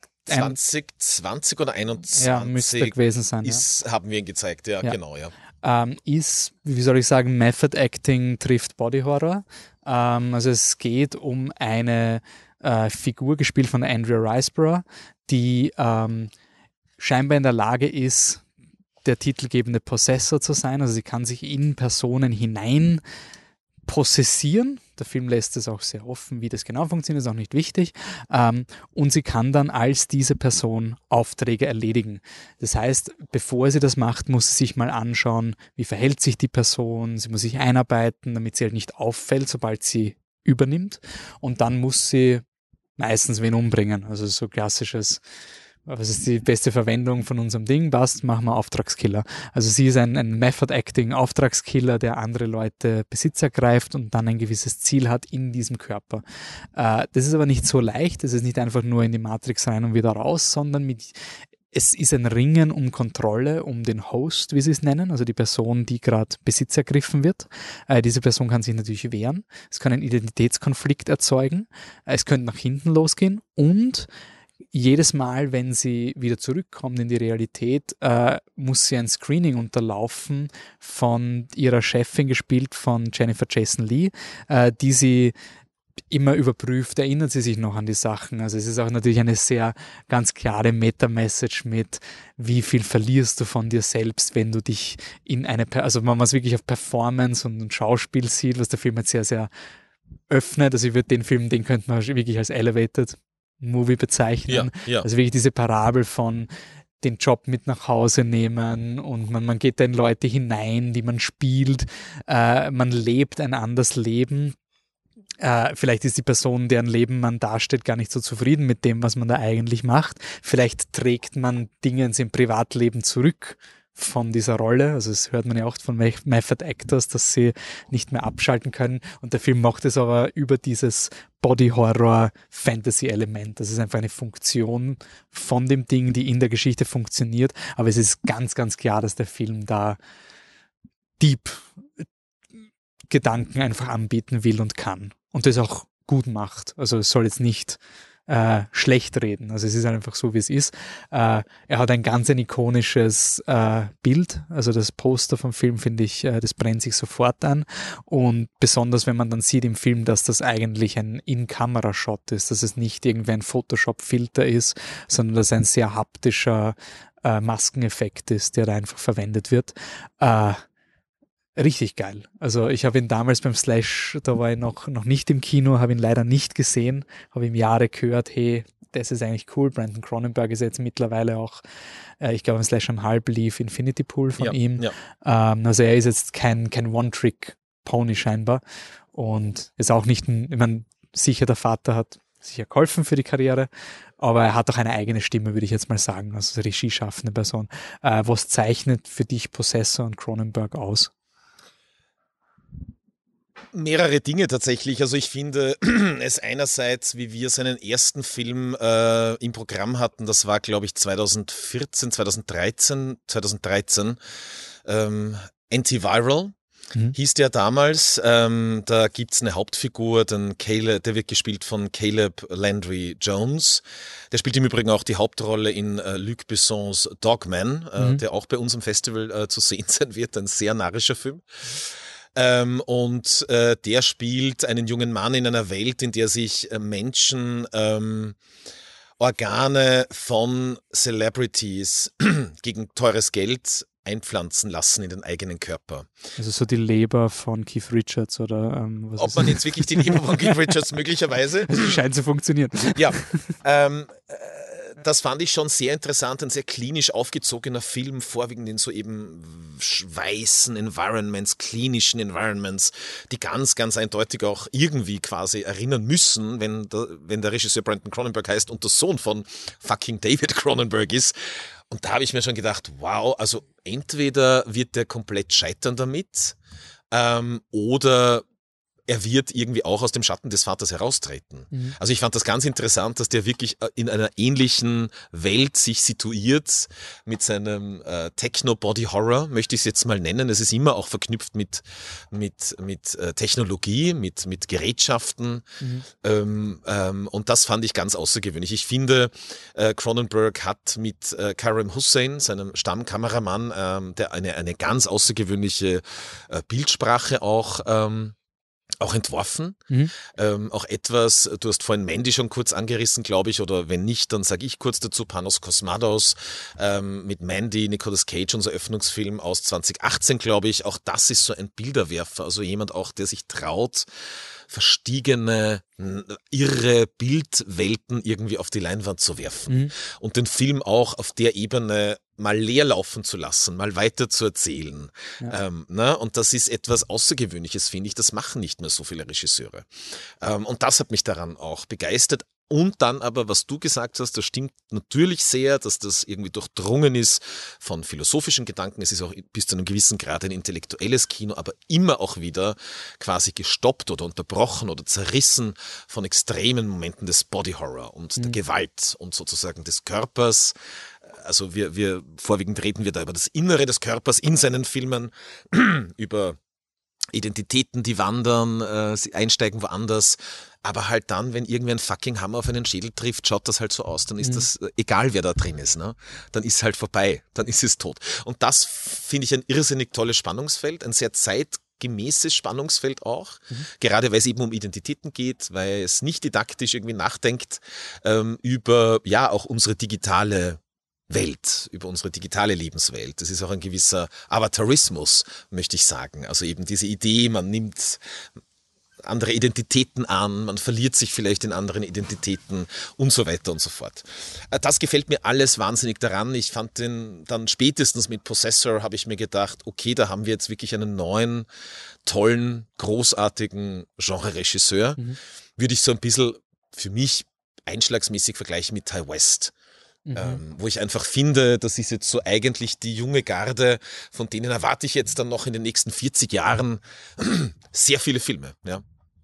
zwanzig oder einundzwanzig ja, müsste gewesen sein, ist, ja. haben wir ihn gezeigt, ja, ja. genau, ja. Ähm, ist, wie soll ich sagen, Method Acting trifft Body Horror. Ähm, also es geht um eine äh, Figur, gespielt von Andrea Riseborough, die ähm, scheinbar in der Lage ist, der titelgebende Possessor zu sein. Also sie kann sich in Personen hinein possessieren. Der Film lässt es auch sehr offen, wie das genau funktioniert, ist auch nicht wichtig. Ähm, und sie kann dann als diese Person Aufträge erledigen. Das heißt, bevor sie das macht, muss sie sich mal anschauen, wie verhält sich die Person. Sie muss sich einarbeiten, damit sie halt nicht auffällt, sobald sie übernimmt. Und dann muss sie meistens wen umbringen. Also so klassisches, was ist die beste Verwendung von unserem Ding? Passt, machen wir Auftragskiller. Also sie ist ein, ein Method-Acting-Auftragskiller, der andere Leute Besitz ergreift und dann ein gewisses Ziel hat in diesem Körper. Äh, das ist aber nicht so leicht. Das ist nicht einfach nur in die Matrix rein und wieder raus, sondern mit, es ist ein Ringen um Kontrolle, um den Host, wie sie es nennen, also die Person, die gerade Besitz ergriffen wird. Äh, diese Person kann sich natürlich wehren. Es kann einen Identitätskonflikt erzeugen. Äh, es könnte nach hinten losgehen und jedes Mal, wenn sie wieder zurückkommt in die Realität, äh, muss sie ein Screening unterlaufen von ihrer Chefin, gespielt von Jennifer Jason Leigh, äh, die sie immer überprüft, erinnert sie sich noch an die Sachen. Also es ist auch natürlich eine sehr ganz klare Meta-Message mit, wie viel verlierst du von dir selbst, wenn du dich in eine, also wenn man es wirklich auf Performance und Schauspiel sieht, was der Film jetzt sehr, sehr öffnet. Also ich würde den Film, den könnte man wirklich als Elevated Movie bezeichnen. Ja, ja. Also wirklich diese Parabel von den Job mit nach Hause nehmen und man, man geht da in Leute hinein, die man spielt, äh, man lebt ein anderes Leben. Äh, vielleicht ist die Person, deren Leben man darstellt, gar nicht so zufrieden mit dem, was man da eigentlich macht. Vielleicht trägt man Dinge in sein Privatleben zurück von dieser Rolle. Also das hört man ja auch von Method Actors, dass sie nicht mehr abschalten können. Und der Film macht es aber über dieses Body-Horror-Fantasy-Element. Das ist einfach eine Funktion von dem Ding, die in der Geschichte funktioniert. Aber es ist ganz, ganz klar, dass der Film da deep Gedanken einfach anbieten will und kann. Und das auch gut macht. Also es soll jetzt nicht Äh, schlecht reden. Also es ist einfach so, wie es ist. Äh, er hat ein ganz ein ikonisches äh, Bild. Also das Poster vom Film, finde ich, äh, das brennt sich sofort an. Und besonders, wenn man dann sieht im Film, dass das eigentlich ein In-Kamera-Shot ist, dass es nicht irgendwie ein Photoshop-Filter ist, sondern dass ein sehr haptischer äh, Maskeneffekt ist, der da einfach verwendet wird. Äh, Richtig geil. Also ich habe ihn damals beim Slash, da war ich noch, noch nicht im Kino, habe ihn leider nicht gesehen, habe ihm Jahre gehört, hey, das ist eigentlich cool. Brandon Cronenberg ist jetzt mittlerweile auch, äh, ich glaube, im Slash am Halb lief Infinity Pool von ja, ihm. Ja. Ähm, also er ist jetzt kein, kein One-Trick-Pony scheinbar und ist auch nicht ein, ich meine, sicher der Vater hat sicher geholfen für die Karriere, aber er hat auch eine eigene Stimme, würde ich jetzt mal sagen, also regieschaffende Person. Äh, was zeichnet für dich Possessor und Cronenberg aus? Mehrere Dinge tatsächlich. Also ich finde es einerseits, wie wir seinen ersten Film äh, im Programm hatten, das war glaube ich zweitausendvierzehn, zweitausenddreizehn, zweitausenddreizehn, ähm, Antiviral. Mhm. Hieß der damals, ähm, da gibt's eine Hauptfigur, den Caleb, der wird gespielt von Caleb Landry Jones. Der spielt im Übrigen auch die Hauptrolle in äh, Luc Bessons Dogman, äh, mhm. der auch bei uns im Festival äh, zu sehen sein wird, ein sehr narrischer Film. Ähm, und äh, der spielt einen jungen Mann in einer Welt, in der sich äh, Menschen ähm, Organe von Celebrities gegen teures Geld einpflanzen lassen in den eigenen Körper. Also so die Leber von Keith Richards oder ähm, was Ob ist man das? jetzt wirklich die Leber von Keith Richards möglicherweise? Es scheint zu funktionieren. Ja, ähm, äh, das fand ich schon sehr interessant, ein sehr klinisch aufgezogener Film, vorwiegend in so eben weißen Environments, klinischen Environments, die ganz, ganz eindeutig auch irgendwie quasi erinnern müssen, wenn der, wenn der Regisseur Brandon Cronenberg heißt und der Sohn von fucking David Cronenberg ist. Und da habe ich mir schon gedacht, wow, also entweder wird der komplett scheitern damit ähm, oder er wird irgendwie auch aus dem Schatten des Vaters heraustreten. Mhm. Also ich fand das ganz interessant, dass der wirklich in einer ähnlichen Welt sich situiert mit seinem äh, Techno-Body-Horror, möchte ich es jetzt mal nennen. Es ist immer auch verknüpft mit, mit, mit äh, Technologie, mit, mit Gerätschaften. Mhm. Ähm, ähm, und das fand ich ganz außergewöhnlich. Ich finde, äh, Cronenberg hat mit äh, Karim Hussein, seinem Stammkameramann, ähm, der eine, eine ganz außergewöhnliche äh, Bildsprache auch ähm, auch entworfen. Mhm. Ähm, auch etwas, du hast vorhin Mandy schon kurz angerissen, glaube ich, oder wenn nicht, dann sage ich kurz dazu, Panos Cosmatos ähm, mit Mandy, Nicolas Cage, unser Öffnungsfilm aus zwanzig achtzehn, glaube ich. Auch das ist so ein Bilderwerfer, also jemand auch, der sich traut, verstiegene, irre Bildwelten irgendwie auf die Leinwand zu werfen mhm. und den Film auch auf der Ebene mal leer laufen zu lassen, mal weiter zu erzählen. Ja. Ähm, ne? Und das ist etwas Außergewöhnliches, finde ich. Das machen nicht mehr so viele Regisseure. Ähm, und das hat mich daran auch begeistert. Und dann aber, was du gesagt hast, das stimmt natürlich sehr, dass das irgendwie durchdrungen ist von philosophischen Gedanken. Es ist auch bis zu einem gewissen Grad ein intellektuelles Kino, aber immer auch wieder quasi gestoppt oder unterbrochen oder zerrissen von extremen Momenten des Body Horror und mhm. der Gewalt und sozusagen des Körpers. Also wir, wir vorwiegend reden wir da über das Innere des Körpers in seinen Filmen, über Identitäten, die wandern, äh, sie einsteigen woanders. Aber halt dann, wenn irgendwie ein fucking Hammer auf einen Schädel trifft, schaut das halt so aus. Dann ist mhm. das, egal wer da drin ist, ne? Dann ist halt vorbei. Dann ist es tot. Und das finde ich ein irrsinnig tolles Spannungsfeld, ein sehr zeitgemäßes Spannungsfeld auch. Mhm. Gerade weil es eben um Identitäten geht, weil es nicht didaktisch irgendwie nachdenkt ähm, über, ja, auch unsere digitale Welt, über unsere digitale Lebenswelt. Das ist auch ein gewisser Avatarismus, möchte ich sagen. Also eben diese Idee, man nimmt andere Identitäten an, man verliert sich vielleicht in anderen Identitäten und so weiter und so fort. Das gefällt mir alles wahnsinnig daran. Ich fand den dann spätestens mit Possessor, habe ich mir gedacht, okay, da haben wir jetzt wirklich einen neuen, tollen, großartigen Genre-Regisseur. Mhm. Würde ich so ein bisschen für mich einschlagsmäßig vergleichen mit Ty West. Mhm. Ähm, wo ich einfach finde, das ist jetzt so eigentlich die junge Garde, von denen erwarte ich jetzt dann noch in den nächsten vierzig Jahren sehr viele Filme. Ja,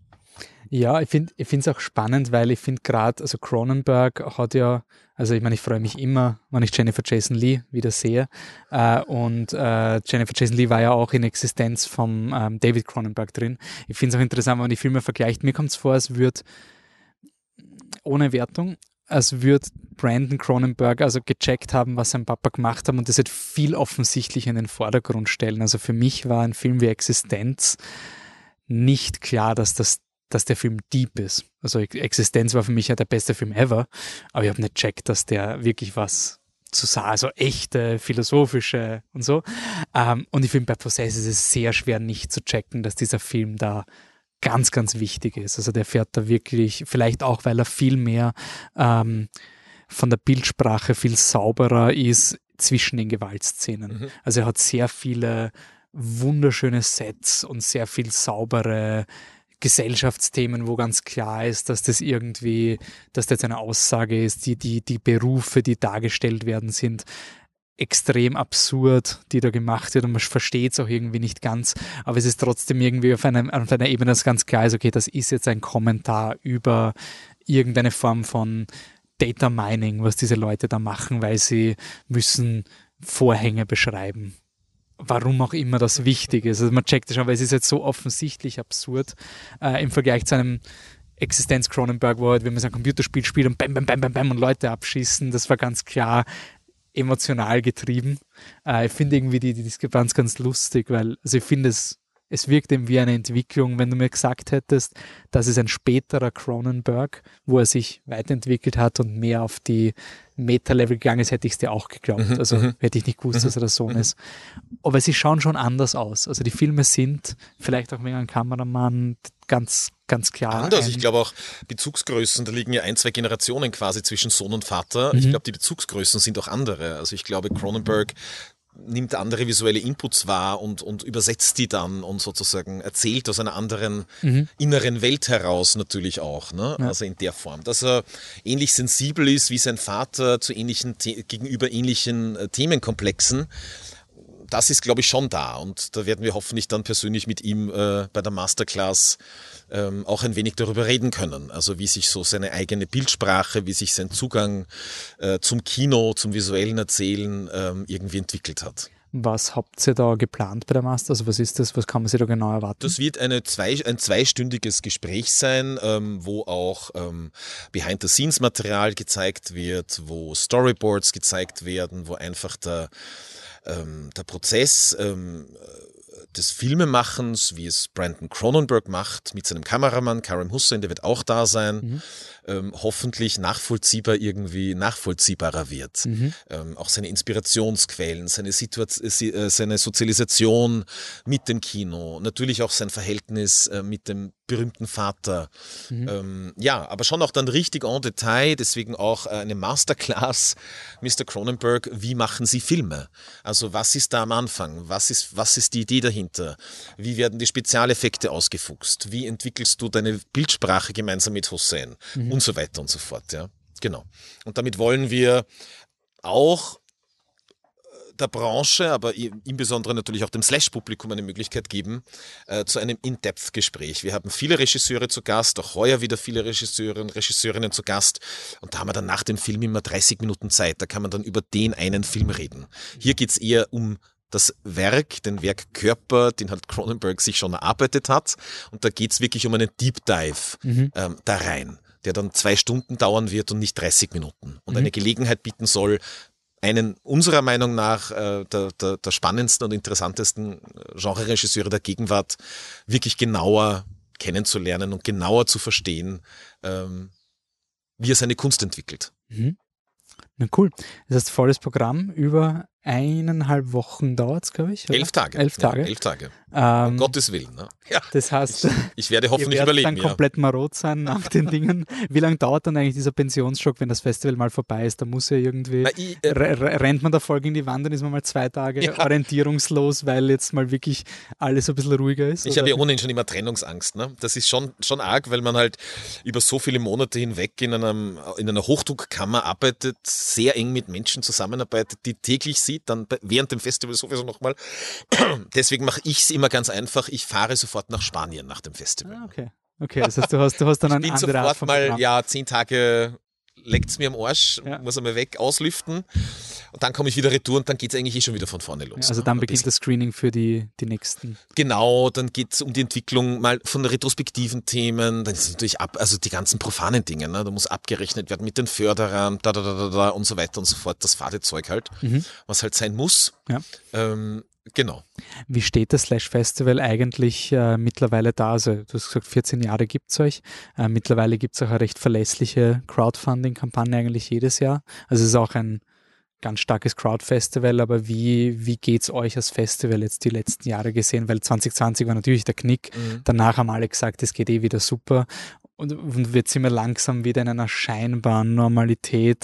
ja ich finde ich finde es auch spannend, weil ich finde gerade, also Cronenberg hat ja, also ich meine, ich freue mich immer, wenn ich Jennifer Jason Leigh wieder sehe äh, und äh, Jennifer Jason Leigh war ja auch in Existenz vom ähm, David Cronenberg drin. Ich finde es auch interessant, wenn man die Filme vergleicht. Mir kommt es vor, es wird ohne Wertung, als würde Brandon Cronenberg also gecheckt haben, was sein Papa gemacht hat und das halt viel offensichtlicher in den Vordergrund stellen. Also für mich war ein Film wie Existenz nicht klar, dass das dass der Film deep ist. Also Existenz war für mich ja der beste Film ever, aber ich habe nicht gecheckt, dass der wirklich was zu sagen, also echte, philosophische und so. Und ich finde, bei Possess ist es sehr schwer nicht zu checken, dass dieser Film da ganz, ganz wichtig ist. Also der fährt da wirklich, vielleicht auch, weil er viel mehr ähm, von der Bildsprache viel sauberer ist zwischen den Gewaltszenen. Mhm. Also er hat sehr viele wunderschöne Sets und sehr viel saubere Gesellschaftsthemen, wo ganz klar ist, dass das irgendwie, dass das eine Aussage ist, die, die, die Berufe, die dargestellt werden, sind extrem absurd, die da gemacht wird und man versteht es auch irgendwie nicht ganz, aber es ist trotzdem irgendwie auf einer, auf einer Ebene, dass ganz klar ist, okay, das ist jetzt ein Kommentar über irgendeine Form von Data Mining, was diese Leute da machen, weil sie müssen Vorhänge beschreiben. Warum auch immer das wichtig ist. Also man checkt es schon, weil es ist jetzt so offensichtlich absurd äh, im Vergleich zu einem Existenz Cronenberg, wo halt, wenn man so ein Computerspiel spielt und bam, bam, bam, bam, bam und Leute abschießen, das war ganz klar emotional getrieben. Äh, ich finde irgendwie die, die Diskrepanz ganz lustig, weil, also ich finde es es wirkt eben wie eine Entwicklung. Wenn du mir gesagt hättest, das ist ein späterer Cronenberg, wo er sich weiterentwickelt hat und mehr auf die Meta-Level gegangen ist, hätte ich es dir auch geglaubt. Mhm, also mhm. hätte ich nicht gewusst, Mhm, dass er der Sohn mhm. ist. Aber sie schauen schon anders aus. Also die Filme sind, vielleicht auch wegen einem Kameramann, ganz, ganz klar. Anders. ein- Ich glaube auch Bezugsgrößen, da liegen ja ein, zwei Generationen quasi zwischen Sohn und Vater. Mhm. Ich glaube, die Bezugsgrößen sind auch andere. Also ich glaube, Cronenberg nimmt andere visuelle Inputs wahr und, und übersetzt die dann und sozusagen erzählt aus einer anderen Mhm. inneren Welt heraus natürlich auch, ne? Ja. Also in der Form. Dass er ähnlich sensibel ist wie sein Vater zu ähnlichen, The- gegenüber ähnlichen äh, Themenkomplexen, das ist, glaube ich, schon da. Und da werden wir hoffentlich dann persönlich mit ihm äh, bei der Masterclass ähm, auch ein wenig darüber reden können. Also wie sich so seine eigene Bildsprache, wie sich sein Zugang äh, zum Kino, zum visuellen Erzählen ähm, irgendwie entwickelt hat. Was habt ihr da geplant bei der Master? Also was ist das? Was kann man sich da genau erwarten? Das wird eine zwei, ein zweistündiges Gespräch sein, ähm, wo auch ähm, Behind-the-Scenes-Material gezeigt wird, wo Storyboards gezeigt werden, wo einfach der, ähm, der Prozess ähm, des Filmemachens, wie es Brandon Cronenberg macht, mit seinem Kameramann Karim Hussein, der wird auch da sein, Mhm. ähm, hoffentlich nachvollziehbar irgendwie nachvollziehbarer wird. Mhm. Ähm, auch seine Inspirationsquellen, seine, Situation, äh, seine Sozialisation mit dem Kino, natürlich auch sein Verhältnis äh, mit dem berühmten Vater. Mhm. Ähm, ja, aber schon auch dann richtig en Detail, deswegen auch eine Masterclass, Mister Cronenberg, wie machen Sie Filme? Also was ist da am Anfang? Was ist, was ist die Idee dahinter? Wie werden die Spezialeffekte ausgefuchst? Wie entwickelst du deine Bildsprache gemeinsam mit Hussein? Mhm. Und so weiter und so fort, ja. Genau. Und damit wollen wir auch der Branche, aber im Besonderen natürlich auch dem Slash-Publikum eine Möglichkeit geben äh, zu einem In-Depth-Gespräch. Wir haben viele Regisseure zu Gast, auch heuer wieder viele Regisseure und Regisseurinnen zu Gast und da haben wir dann nach dem Film immer dreißig Minuten Zeit, da kann man dann über den einen Film reden. Hier geht es eher um das Werk, den Werkkörper, den halt Cronenberg sich schon erarbeitet hat und da geht es wirklich um einen Deep Dive Mhm. ähm, da rein, der dann zwei Stunden dauern wird und nicht dreißig Minuten und Mhm. eine Gelegenheit bieten soll, einen unserer Meinung nach äh, der, der, der spannendsten und interessantesten Genre-Regisseure der Gegenwart wirklich genauer kennenzulernen und genauer zu verstehen, ähm, wie er seine Kunst entwickelt. Mhm. Na cool. Das heißt, volles Programm über eineinhalb Wochen dauert es, glaube ich. Oder? Elf Tage. Elf Tage. Ja, elf Tage. Ähm, Um Gottes Willen. Ne? Ja. Das heißt, Ich, ich werde hoffentlich ihr werdet überleben. dann Ja. komplett marot sein nach den Dingen. Wie lange dauert dann eigentlich dieser Pensionsschock, wenn das Festival mal vorbei ist? Da muss ja irgendwie, Na, ich, äh, re- re- rennt man da voll gegen die Wand, dann ist man mal zwei Tage Ja. orientierungslos, weil jetzt mal wirklich alles ein bisschen ruhiger ist? Ich oder? habe ja ohnehin schon immer Trennungsangst. Ne? Das ist schon, schon arg, weil man halt über so viele Monate hinweg in, einem, in einer Hochdruckkammer arbeitet, sehr eng mit Menschen zusammenarbeitet, die täglich sieht, dann bei, während dem Festival sowieso nochmal. Deswegen mache ich es immer ganz einfach. Ich fahre sofort nach Spanien nach dem Festival. Ah, okay. Okay, das heißt, du hast, du hast dann Ich eine bin andere Art sofort von mal, Programm. ja, zehn Tage leckt es mir am Arsch, Ja. muss einmal weg, auslüften und dann komme ich wieder retour und dann geht es eigentlich eh schon wieder von vorne los. Ja, also ne? dann Ein beginnt bisschen. das Screening für die, die nächsten. Genau, dann geht es um die Entwicklung mal von retrospektiven Themen, dann ist natürlich ab, also die ganzen profanen Dinge, ne? Da muss abgerechnet werden mit den Förderern, da, da, da, da, da und so weiter und so fort, das Fadezeug halt, Mhm. was halt sein muss. Ja. Ähm, genau. Wie steht das Slash Festival eigentlich äh, mittlerweile da? Also du hast gesagt, vierzehn Jahre gibt es euch. Äh, mittlerweile gibt es auch eine recht verlässliche Crowdfunding-Kampagne eigentlich jedes Jahr. Also es ist auch ein ganz starkes Crowd-Festival, aber wie, wie geht es euch als Festival jetzt die letzten Jahre gesehen? Weil zwanzig zwanzig war natürlich der Knick. Mhm. Danach haben alle gesagt, es geht eh wieder super. Und, und jetzt sind wir langsam wieder in einer scheinbaren Normalität.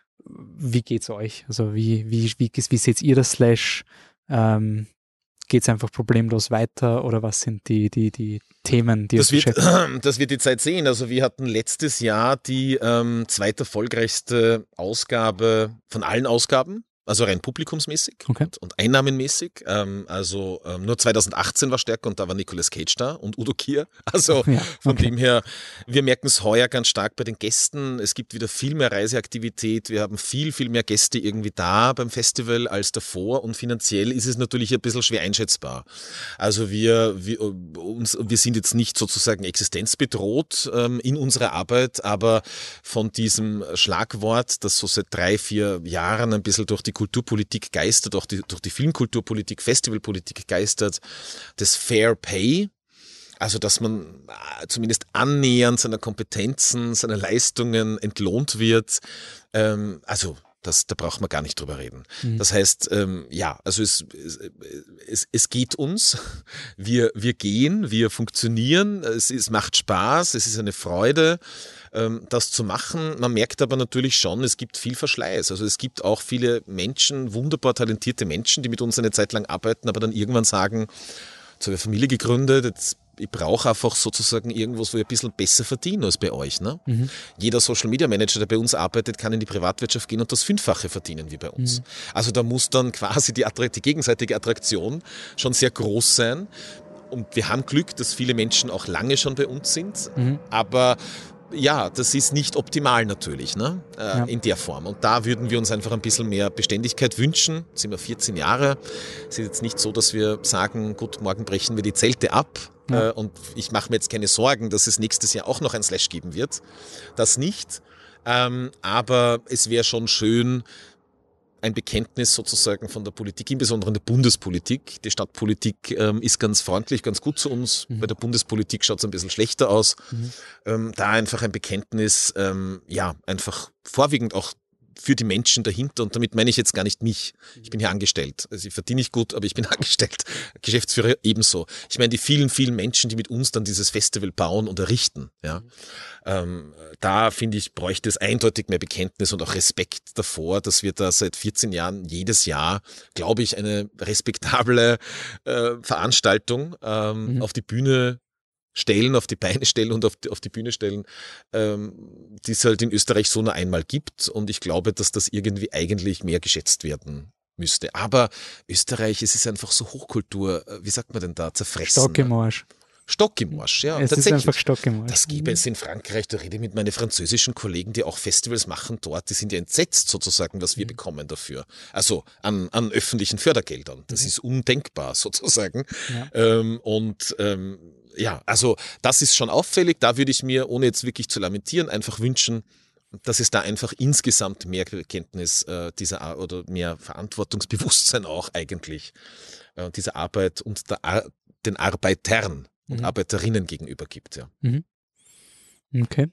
Wie geht's euch? Also wie, wie, wie, wie seht ihr das Slash? Ähm, geht es einfach problemlos weiter oder was sind die, die, die Themen, die Das euch wird, beschäftigen? das wird die Zeit sehen. Also wir hatten letztes Jahr die ähm, zweiterfolgreichste Ausgabe von allen Ausgaben, also rein publikumsmäßig Okay. und, und einnahmenmäßig. Ähm, also ähm, nur zweitausendachtzehn war stärker und da war Nicolas Cage da und Udo Kier. Also Ja, von okay. dem her, wir merken es heuer ganz stark bei den Gästen. Es gibt wieder viel mehr Reiseaktivität. Wir haben viel, viel mehr Gäste irgendwie da beim Festival als davor und finanziell ist es natürlich ein bisschen schwer einschätzbar. Also wir, wir, uns, wir sind jetzt nicht sozusagen existenzbedroht ähm, in unserer Arbeit, aber von diesem Schlagwort, das so seit drei, vier Jahren ein bisschen durch die Kulturpolitik geistert, auch die, durch die Filmkulturpolitik, Festivalpolitik geistert, das Fair Pay. Also, dass man zumindest annähernd seiner Kompetenzen, seiner Leistungen entlohnt wird. Ähm, also, das, da braucht man gar nicht drüber reden. Mhm. Das heißt, ähm, ja, also es, es, es geht uns. Wir, wir gehen, wir funktionieren. Es, es macht Spaß, es ist eine Freude, ähm, das zu machen. Man merkt aber natürlich schon, es gibt viel Verschleiß. Also es gibt auch viele Menschen, wunderbar talentierte Menschen, die mit uns eine Zeit lang arbeiten, aber dann irgendwann sagen, jetzt habe ich eine Familie gegründet, jetzt ich brauche einfach sozusagen irgendwas, wo ich ein bisschen besser verdiene als bei euch. Ne? Mhm. Jeder Social Media Manager, der bei uns arbeitet, kann in die Privatwirtschaft gehen und das Fünffache verdienen wie bei uns. Mhm. Also da muss dann quasi die, die gegenseitige Attraktion schon sehr groß sein. Und wir haben Glück, dass viele Menschen auch lange schon bei uns sind. Mhm. Aber ja, das ist nicht optimal natürlich, ne? Äh, ja. in der Form. Und da würden wir uns einfach ein bisschen mehr Beständigkeit wünschen. Jetzt sind wir vierzehn Jahre. Es ist jetzt nicht so, dass wir sagen, gut, morgen brechen wir die Zelte ab. Ja. Äh, und ich mache mir jetzt keine Sorgen, dass es nächstes Jahr auch noch ein Slash geben wird. Das nicht. Ähm, aber es wäre schon schön, ein Bekenntnis sozusagen von der Politik, insbesondere der Bundespolitik. Die Stadtpolitik ähm, ist ganz freundlich, ganz gut zu uns. Mhm. Bei der Bundespolitik schaut es ein bisschen schlechter aus. Mhm. Ähm, da einfach ein Bekenntnis, ähm, ja, einfach vorwiegend auch für die Menschen dahinter. Und damit meine ich jetzt gar nicht mich. Ich bin hier angestellt. Also ich verdiene nicht gut, aber ich bin angestellt. Geschäftsführer ebenso. Ich meine die vielen, vielen Menschen, die mit uns dann dieses Festival bauen und errichten. Ja. Mhm. Ähm, da finde ich, bräuchte es eindeutig mehr Bekenntnis und auch Respekt davor, dass wir da seit vierzehn Jahren jedes Jahr, glaube ich, eine respektable äh, Veranstaltung ähm, mhm. auf die Bühne stellen, auf die Beine stellen und auf die, auf die Bühne stellen, ähm, die es halt in Österreich so nur einmal gibt. Und ich glaube, dass das irgendwie eigentlich mehr geschätzt werden müsste. Aber Österreich, es ist einfach so Hochkultur, wie sagt man denn da, zerfressen. Stock im Arsch. Stock im Arsch, ja. Es tatsächlich. Ist einfach Stock im Arsch. Das gäbe es in Frankreich, da rede ich mit meinen französischen Kollegen, die auch Festivals machen dort, die sind ja entsetzt sozusagen, was wir mhm. bekommen dafür. Also an, an öffentlichen Fördergeldern. Das mhm. ist undenkbar sozusagen. Ja. Ähm, und ähm, ja, also das ist schon auffällig. Da würde ich mir, ohne jetzt wirklich zu lamentieren, einfach wünschen, dass es da einfach insgesamt mehr Kenntnis äh, dieser oder mehr Verantwortungsbewusstsein auch eigentlich äh, dieser Arbeit und der Ar- den Arbeitern und mhm. Arbeiterinnen gegenüber gibt. Ja. Mhm. Okay.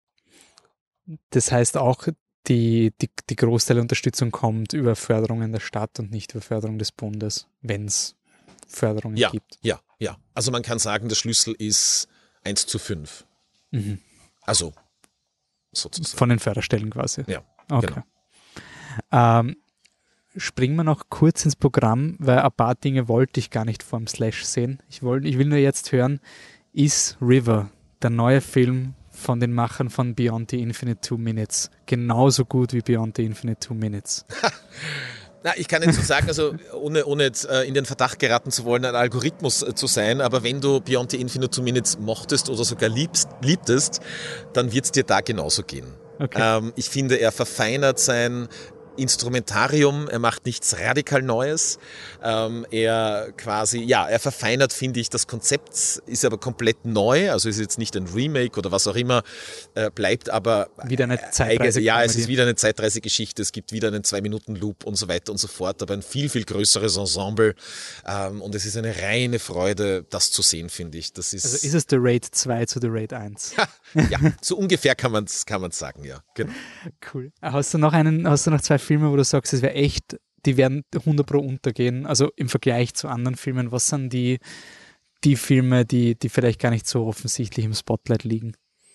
Das heißt auch, die, die, die Großteil der Unterstützung kommt über Förderungen der Stadt und nicht über Förderung des Bundes, wenn es Förderungen ja, gibt. Ja, ja. Also man kann sagen, der Schlüssel ist eins zu fünf. Mhm. Also sozusagen. Von den Förderstellen quasi. Ja, okay. Genau. Ähm, springen wir noch kurz ins Programm, weil ein paar Dinge wollte ich gar nicht vor dem Slash sehen. Ich, wollt, ich will nur jetzt hören, ist River, der neue Film von den Machern von Beyond the Infinite Two Minutes, genauso gut wie Beyond the Infinite Two Minutes? Na, ich kann jetzt so sagen, also ohne, ohne jetzt äh, in den Verdacht geraten zu wollen, ein Algorithmus äh, zu sein, aber wenn du Beyond the Infinite Two Minutes mochtest oder sogar liebst, liebtest, dann wird es dir da genauso gehen. Okay. Ähm, ich finde, er verfeinert sein Instrumentarium, er macht nichts radikal Neues. Ähm, er quasi, ja, er verfeinert, finde ich, das Konzept, ist aber komplett neu, also ist jetzt nicht ein Remake oder was auch immer, äh, bleibt aber wieder eine Zeitreise. Ja, es ist wieder eine Zeitreisegeschichte, es gibt wieder einen zwei-Minuten-Loop und so weiter und so fort, aber ein viel, viel größeres Ensemble ähm, und es ist eine reine Freude, das zu sehen, finde ich. Das ist, also ist es The Raid zwei zu The Raid eins? Ja, so ungefähr kann man es kann man's sagen, ja. Genau. Cool. Hast du noch einen, hast du noch zwei Filme, wo du sagst, es wäre echt, die werden hundert Pro untergehen, also im Vergleich zu anderen Filmen, was sind die, die Filme, die, die vielleicht gar nicht so offensichtlich im Spotlight liegen?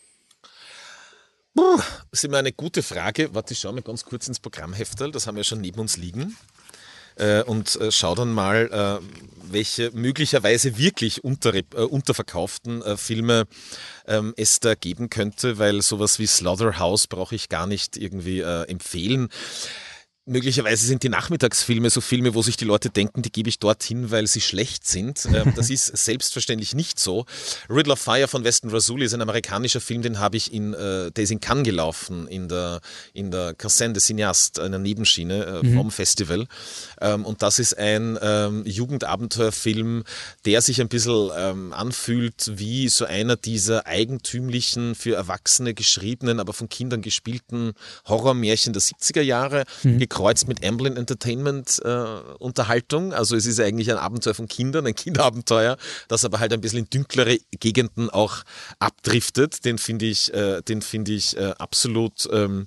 Das ist immer eine gute Frage. Warte, ich schaue mal ganz kurz ins Programmheftel, das haben wir schon neben uns liegen. Äh, und äh, schau dann mal, äh, welche möglicherweise wirklich unter, äh, unterverkauften äh, Filme ähm, es da geben könnte, weil sowas wie Slaughterhouse brauche ich gar nicht irgendwie äh, empfehlen. Möglicherweise sind die Nachmittagsfilme so Filme, wo sich die Leute denken, die gebe ich dorthin, weil sie schlecht sind. Das ist selbstverständlich nicht so. Riddle of Fire von Weston Rasuli ist ein amerikanischer Film, den habe ich in, der ist in Cannes gelaufen, in der, in der Caserne des Cinéastes, einer Nebenschiene mhm. vom Festival. Und das ist ein Jugendabenteuerfilm, der sich ein bisschen anfühlt wie so einer dieser eigentümlichen, für Erwachsene geschriebenen, aber von Kindern gespielten Horrormärchen der siebziger Jahre. Mhm. gekreuzt mit Amblin Entertainment äh, Unterhaltung. Also es ist eigentlich ein Abenteuer von Kindern, ein Kinderabenteuer, das aber halt ein bisschen in dünklere Gegenden auch abdriftet. Den finde ich, äh, den finde ich äh, absolut ähm,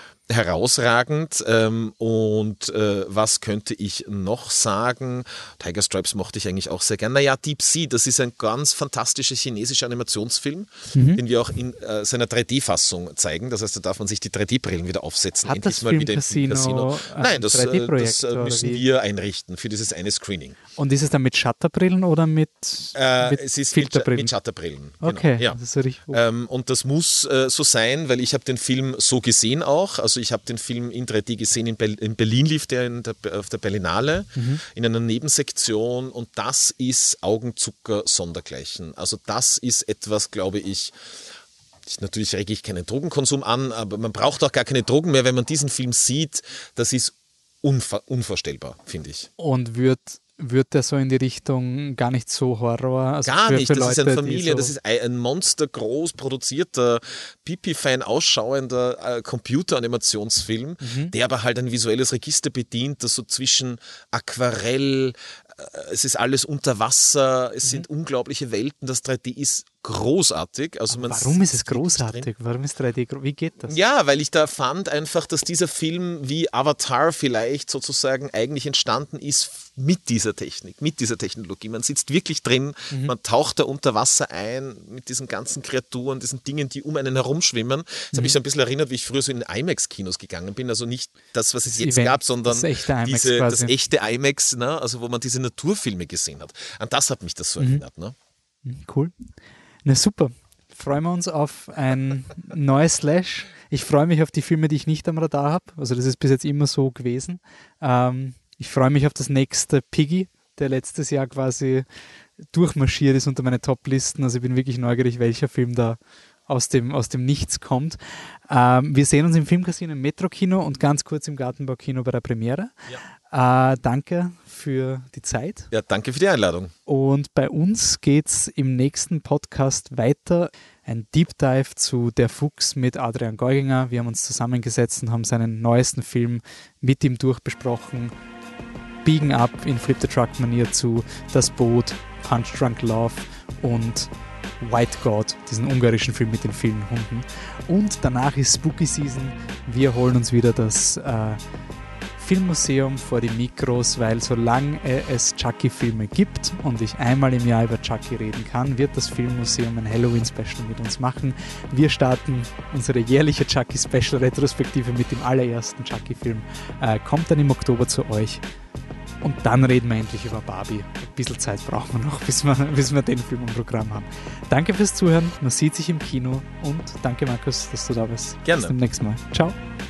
herausragend. Ähm, und äh, was könnte ich noch sagen? Tiger Stripes mochte ich eigentlich auch sehr gern. Naja, Deep Sea, das ist ein ganz fantastischer chinesischer Animationsfilm, mhm. den wir auch in äh, seiner drei D-Fassung zeigen. Das heißt, da darf man sich die drei D-Brillen wieder aufsetzen. Hat Endlich das mal wieder im Filmcasino. Nein, das, äh, das äh, müssen wir einrichten für dieses eine Screening. Und ist es dann mit Shutterbrillen oder mit, äh, mit es ist Filterbrillen? Mit, mit Shutterbrillen. Okay, genau, ja. das ist richtig. Ähm, und das muss äh, so sein, weil ich habe den Film so gesehen auch. Also ich habe den Film in drei D gesehen, in, Be- in Berlin lief der, in der auf der Berlinale, mhm. in einer Nebensektion, und das ist Augenzucker sondergleichen. Also das ist etwas, glaube ich, ich natürlich rege ich keinen Drogenkonsum an, aber man braucht auch gar keine Drogen mehr, wenn man diesen Film sieht. Das ist unver- unvorstellbar, finde ich. Und wird Wird der so in die Richtung gar nicht so Horror? Also gar für, nicht, für das Leute, ist eine Familie, so das ist ein monstergroß produzierter, pipi-fein ausschauender äh, Computeranimationsfilm, mhm. der aber halt ein visuelles Register bedient, das so zwischen Aquarell, äh, es ist alles unter Wasser, es mhm. sind unglaubliche Welten, das drei D ist großartig. Also man Warum ist es großartig? Warum ist drei D großartig? Wie geht das? Ja, weil ich da fand einfach, dass dieser Film wie Avatar vielleicht sozusagen eigentlich entstanden ist mit dieser Technik, mit dieser Technologie. Man sitzt wirklich drin, mhm. man taucht da unter Wasser ein mit diesen ganzen Kreaturen, diesen Dingen, die um einen herumschwimmen. Das mhm. habe ich so ein bisschen erinnert, wie ich früher so in IMAX-Kinos gegangen bin. Also nicht das, was es das jetzt Event, gab, sondern das echte IMAX, diese, quasi. das echte IMAX, ne? Also wo man diese Naturfilme gesehen hat. An das hat mich das so mhm. erinnert. Ne? Cool. Na super. Freuen wir uns auf ein neues Slash. Ich freue mich auf die Filme, die ich nicht am Radar habe. Also das ist bis jetzt immer so gewesen. Ähm, ich freue mich auf das nächste Piggy, der letztes Jahr quasi durchmarschiert ist unter meine Top-Listen. Also ich bin wirklich neugierig, welcher Film da aus dem, aus dem Nichts kommt. Ähm, wir sehen uns im Filmcasino im Metro-Kino und ganz kurz im Gartenbaukino bei der Premiere. Ja. Äh, danke für die Zeit. Ja, danke für die Einladung. Und bei uns geht es im nächsten Podcast weiter. Ein Deep Dive zu Der Fuchs mit Adrian Geuginger. Wir haben uns zusammengesetzt und haben seinen neuesten Film mit ihm durchbesprochen. Biegen ab in Flip the Truck-Manier zu Das Boot, Punch Drunk Love und White God, diesen ungarischen Film mit den vielen Hunden. Und danach ist Spooky Season. Wir holen uns wieder das äh, Filmmuseum vor die Mikros, weil solange es Chucky-Filme gibt und ich einmal im Jahr über Chucky reden kann, wird das Filmmuseum ein Halloween-Special mit uns machen. Wir starten unsere jährliche Chucky-Special-Retrospektive mit dem allerersten Chucky-Film. Äh, kommt dann im Oktober zu euch. Und dann reden wir endlich über Barbie. Ein bisschen Zeit brauchen wir noch, bis wir, bis wir den Film im Programm haben. Danke fürs Zuhören. Man sieht sich im Kino. Und danke, Markus, dass du da bist. Gerne. Bis zum nächsten Mal. Ciao.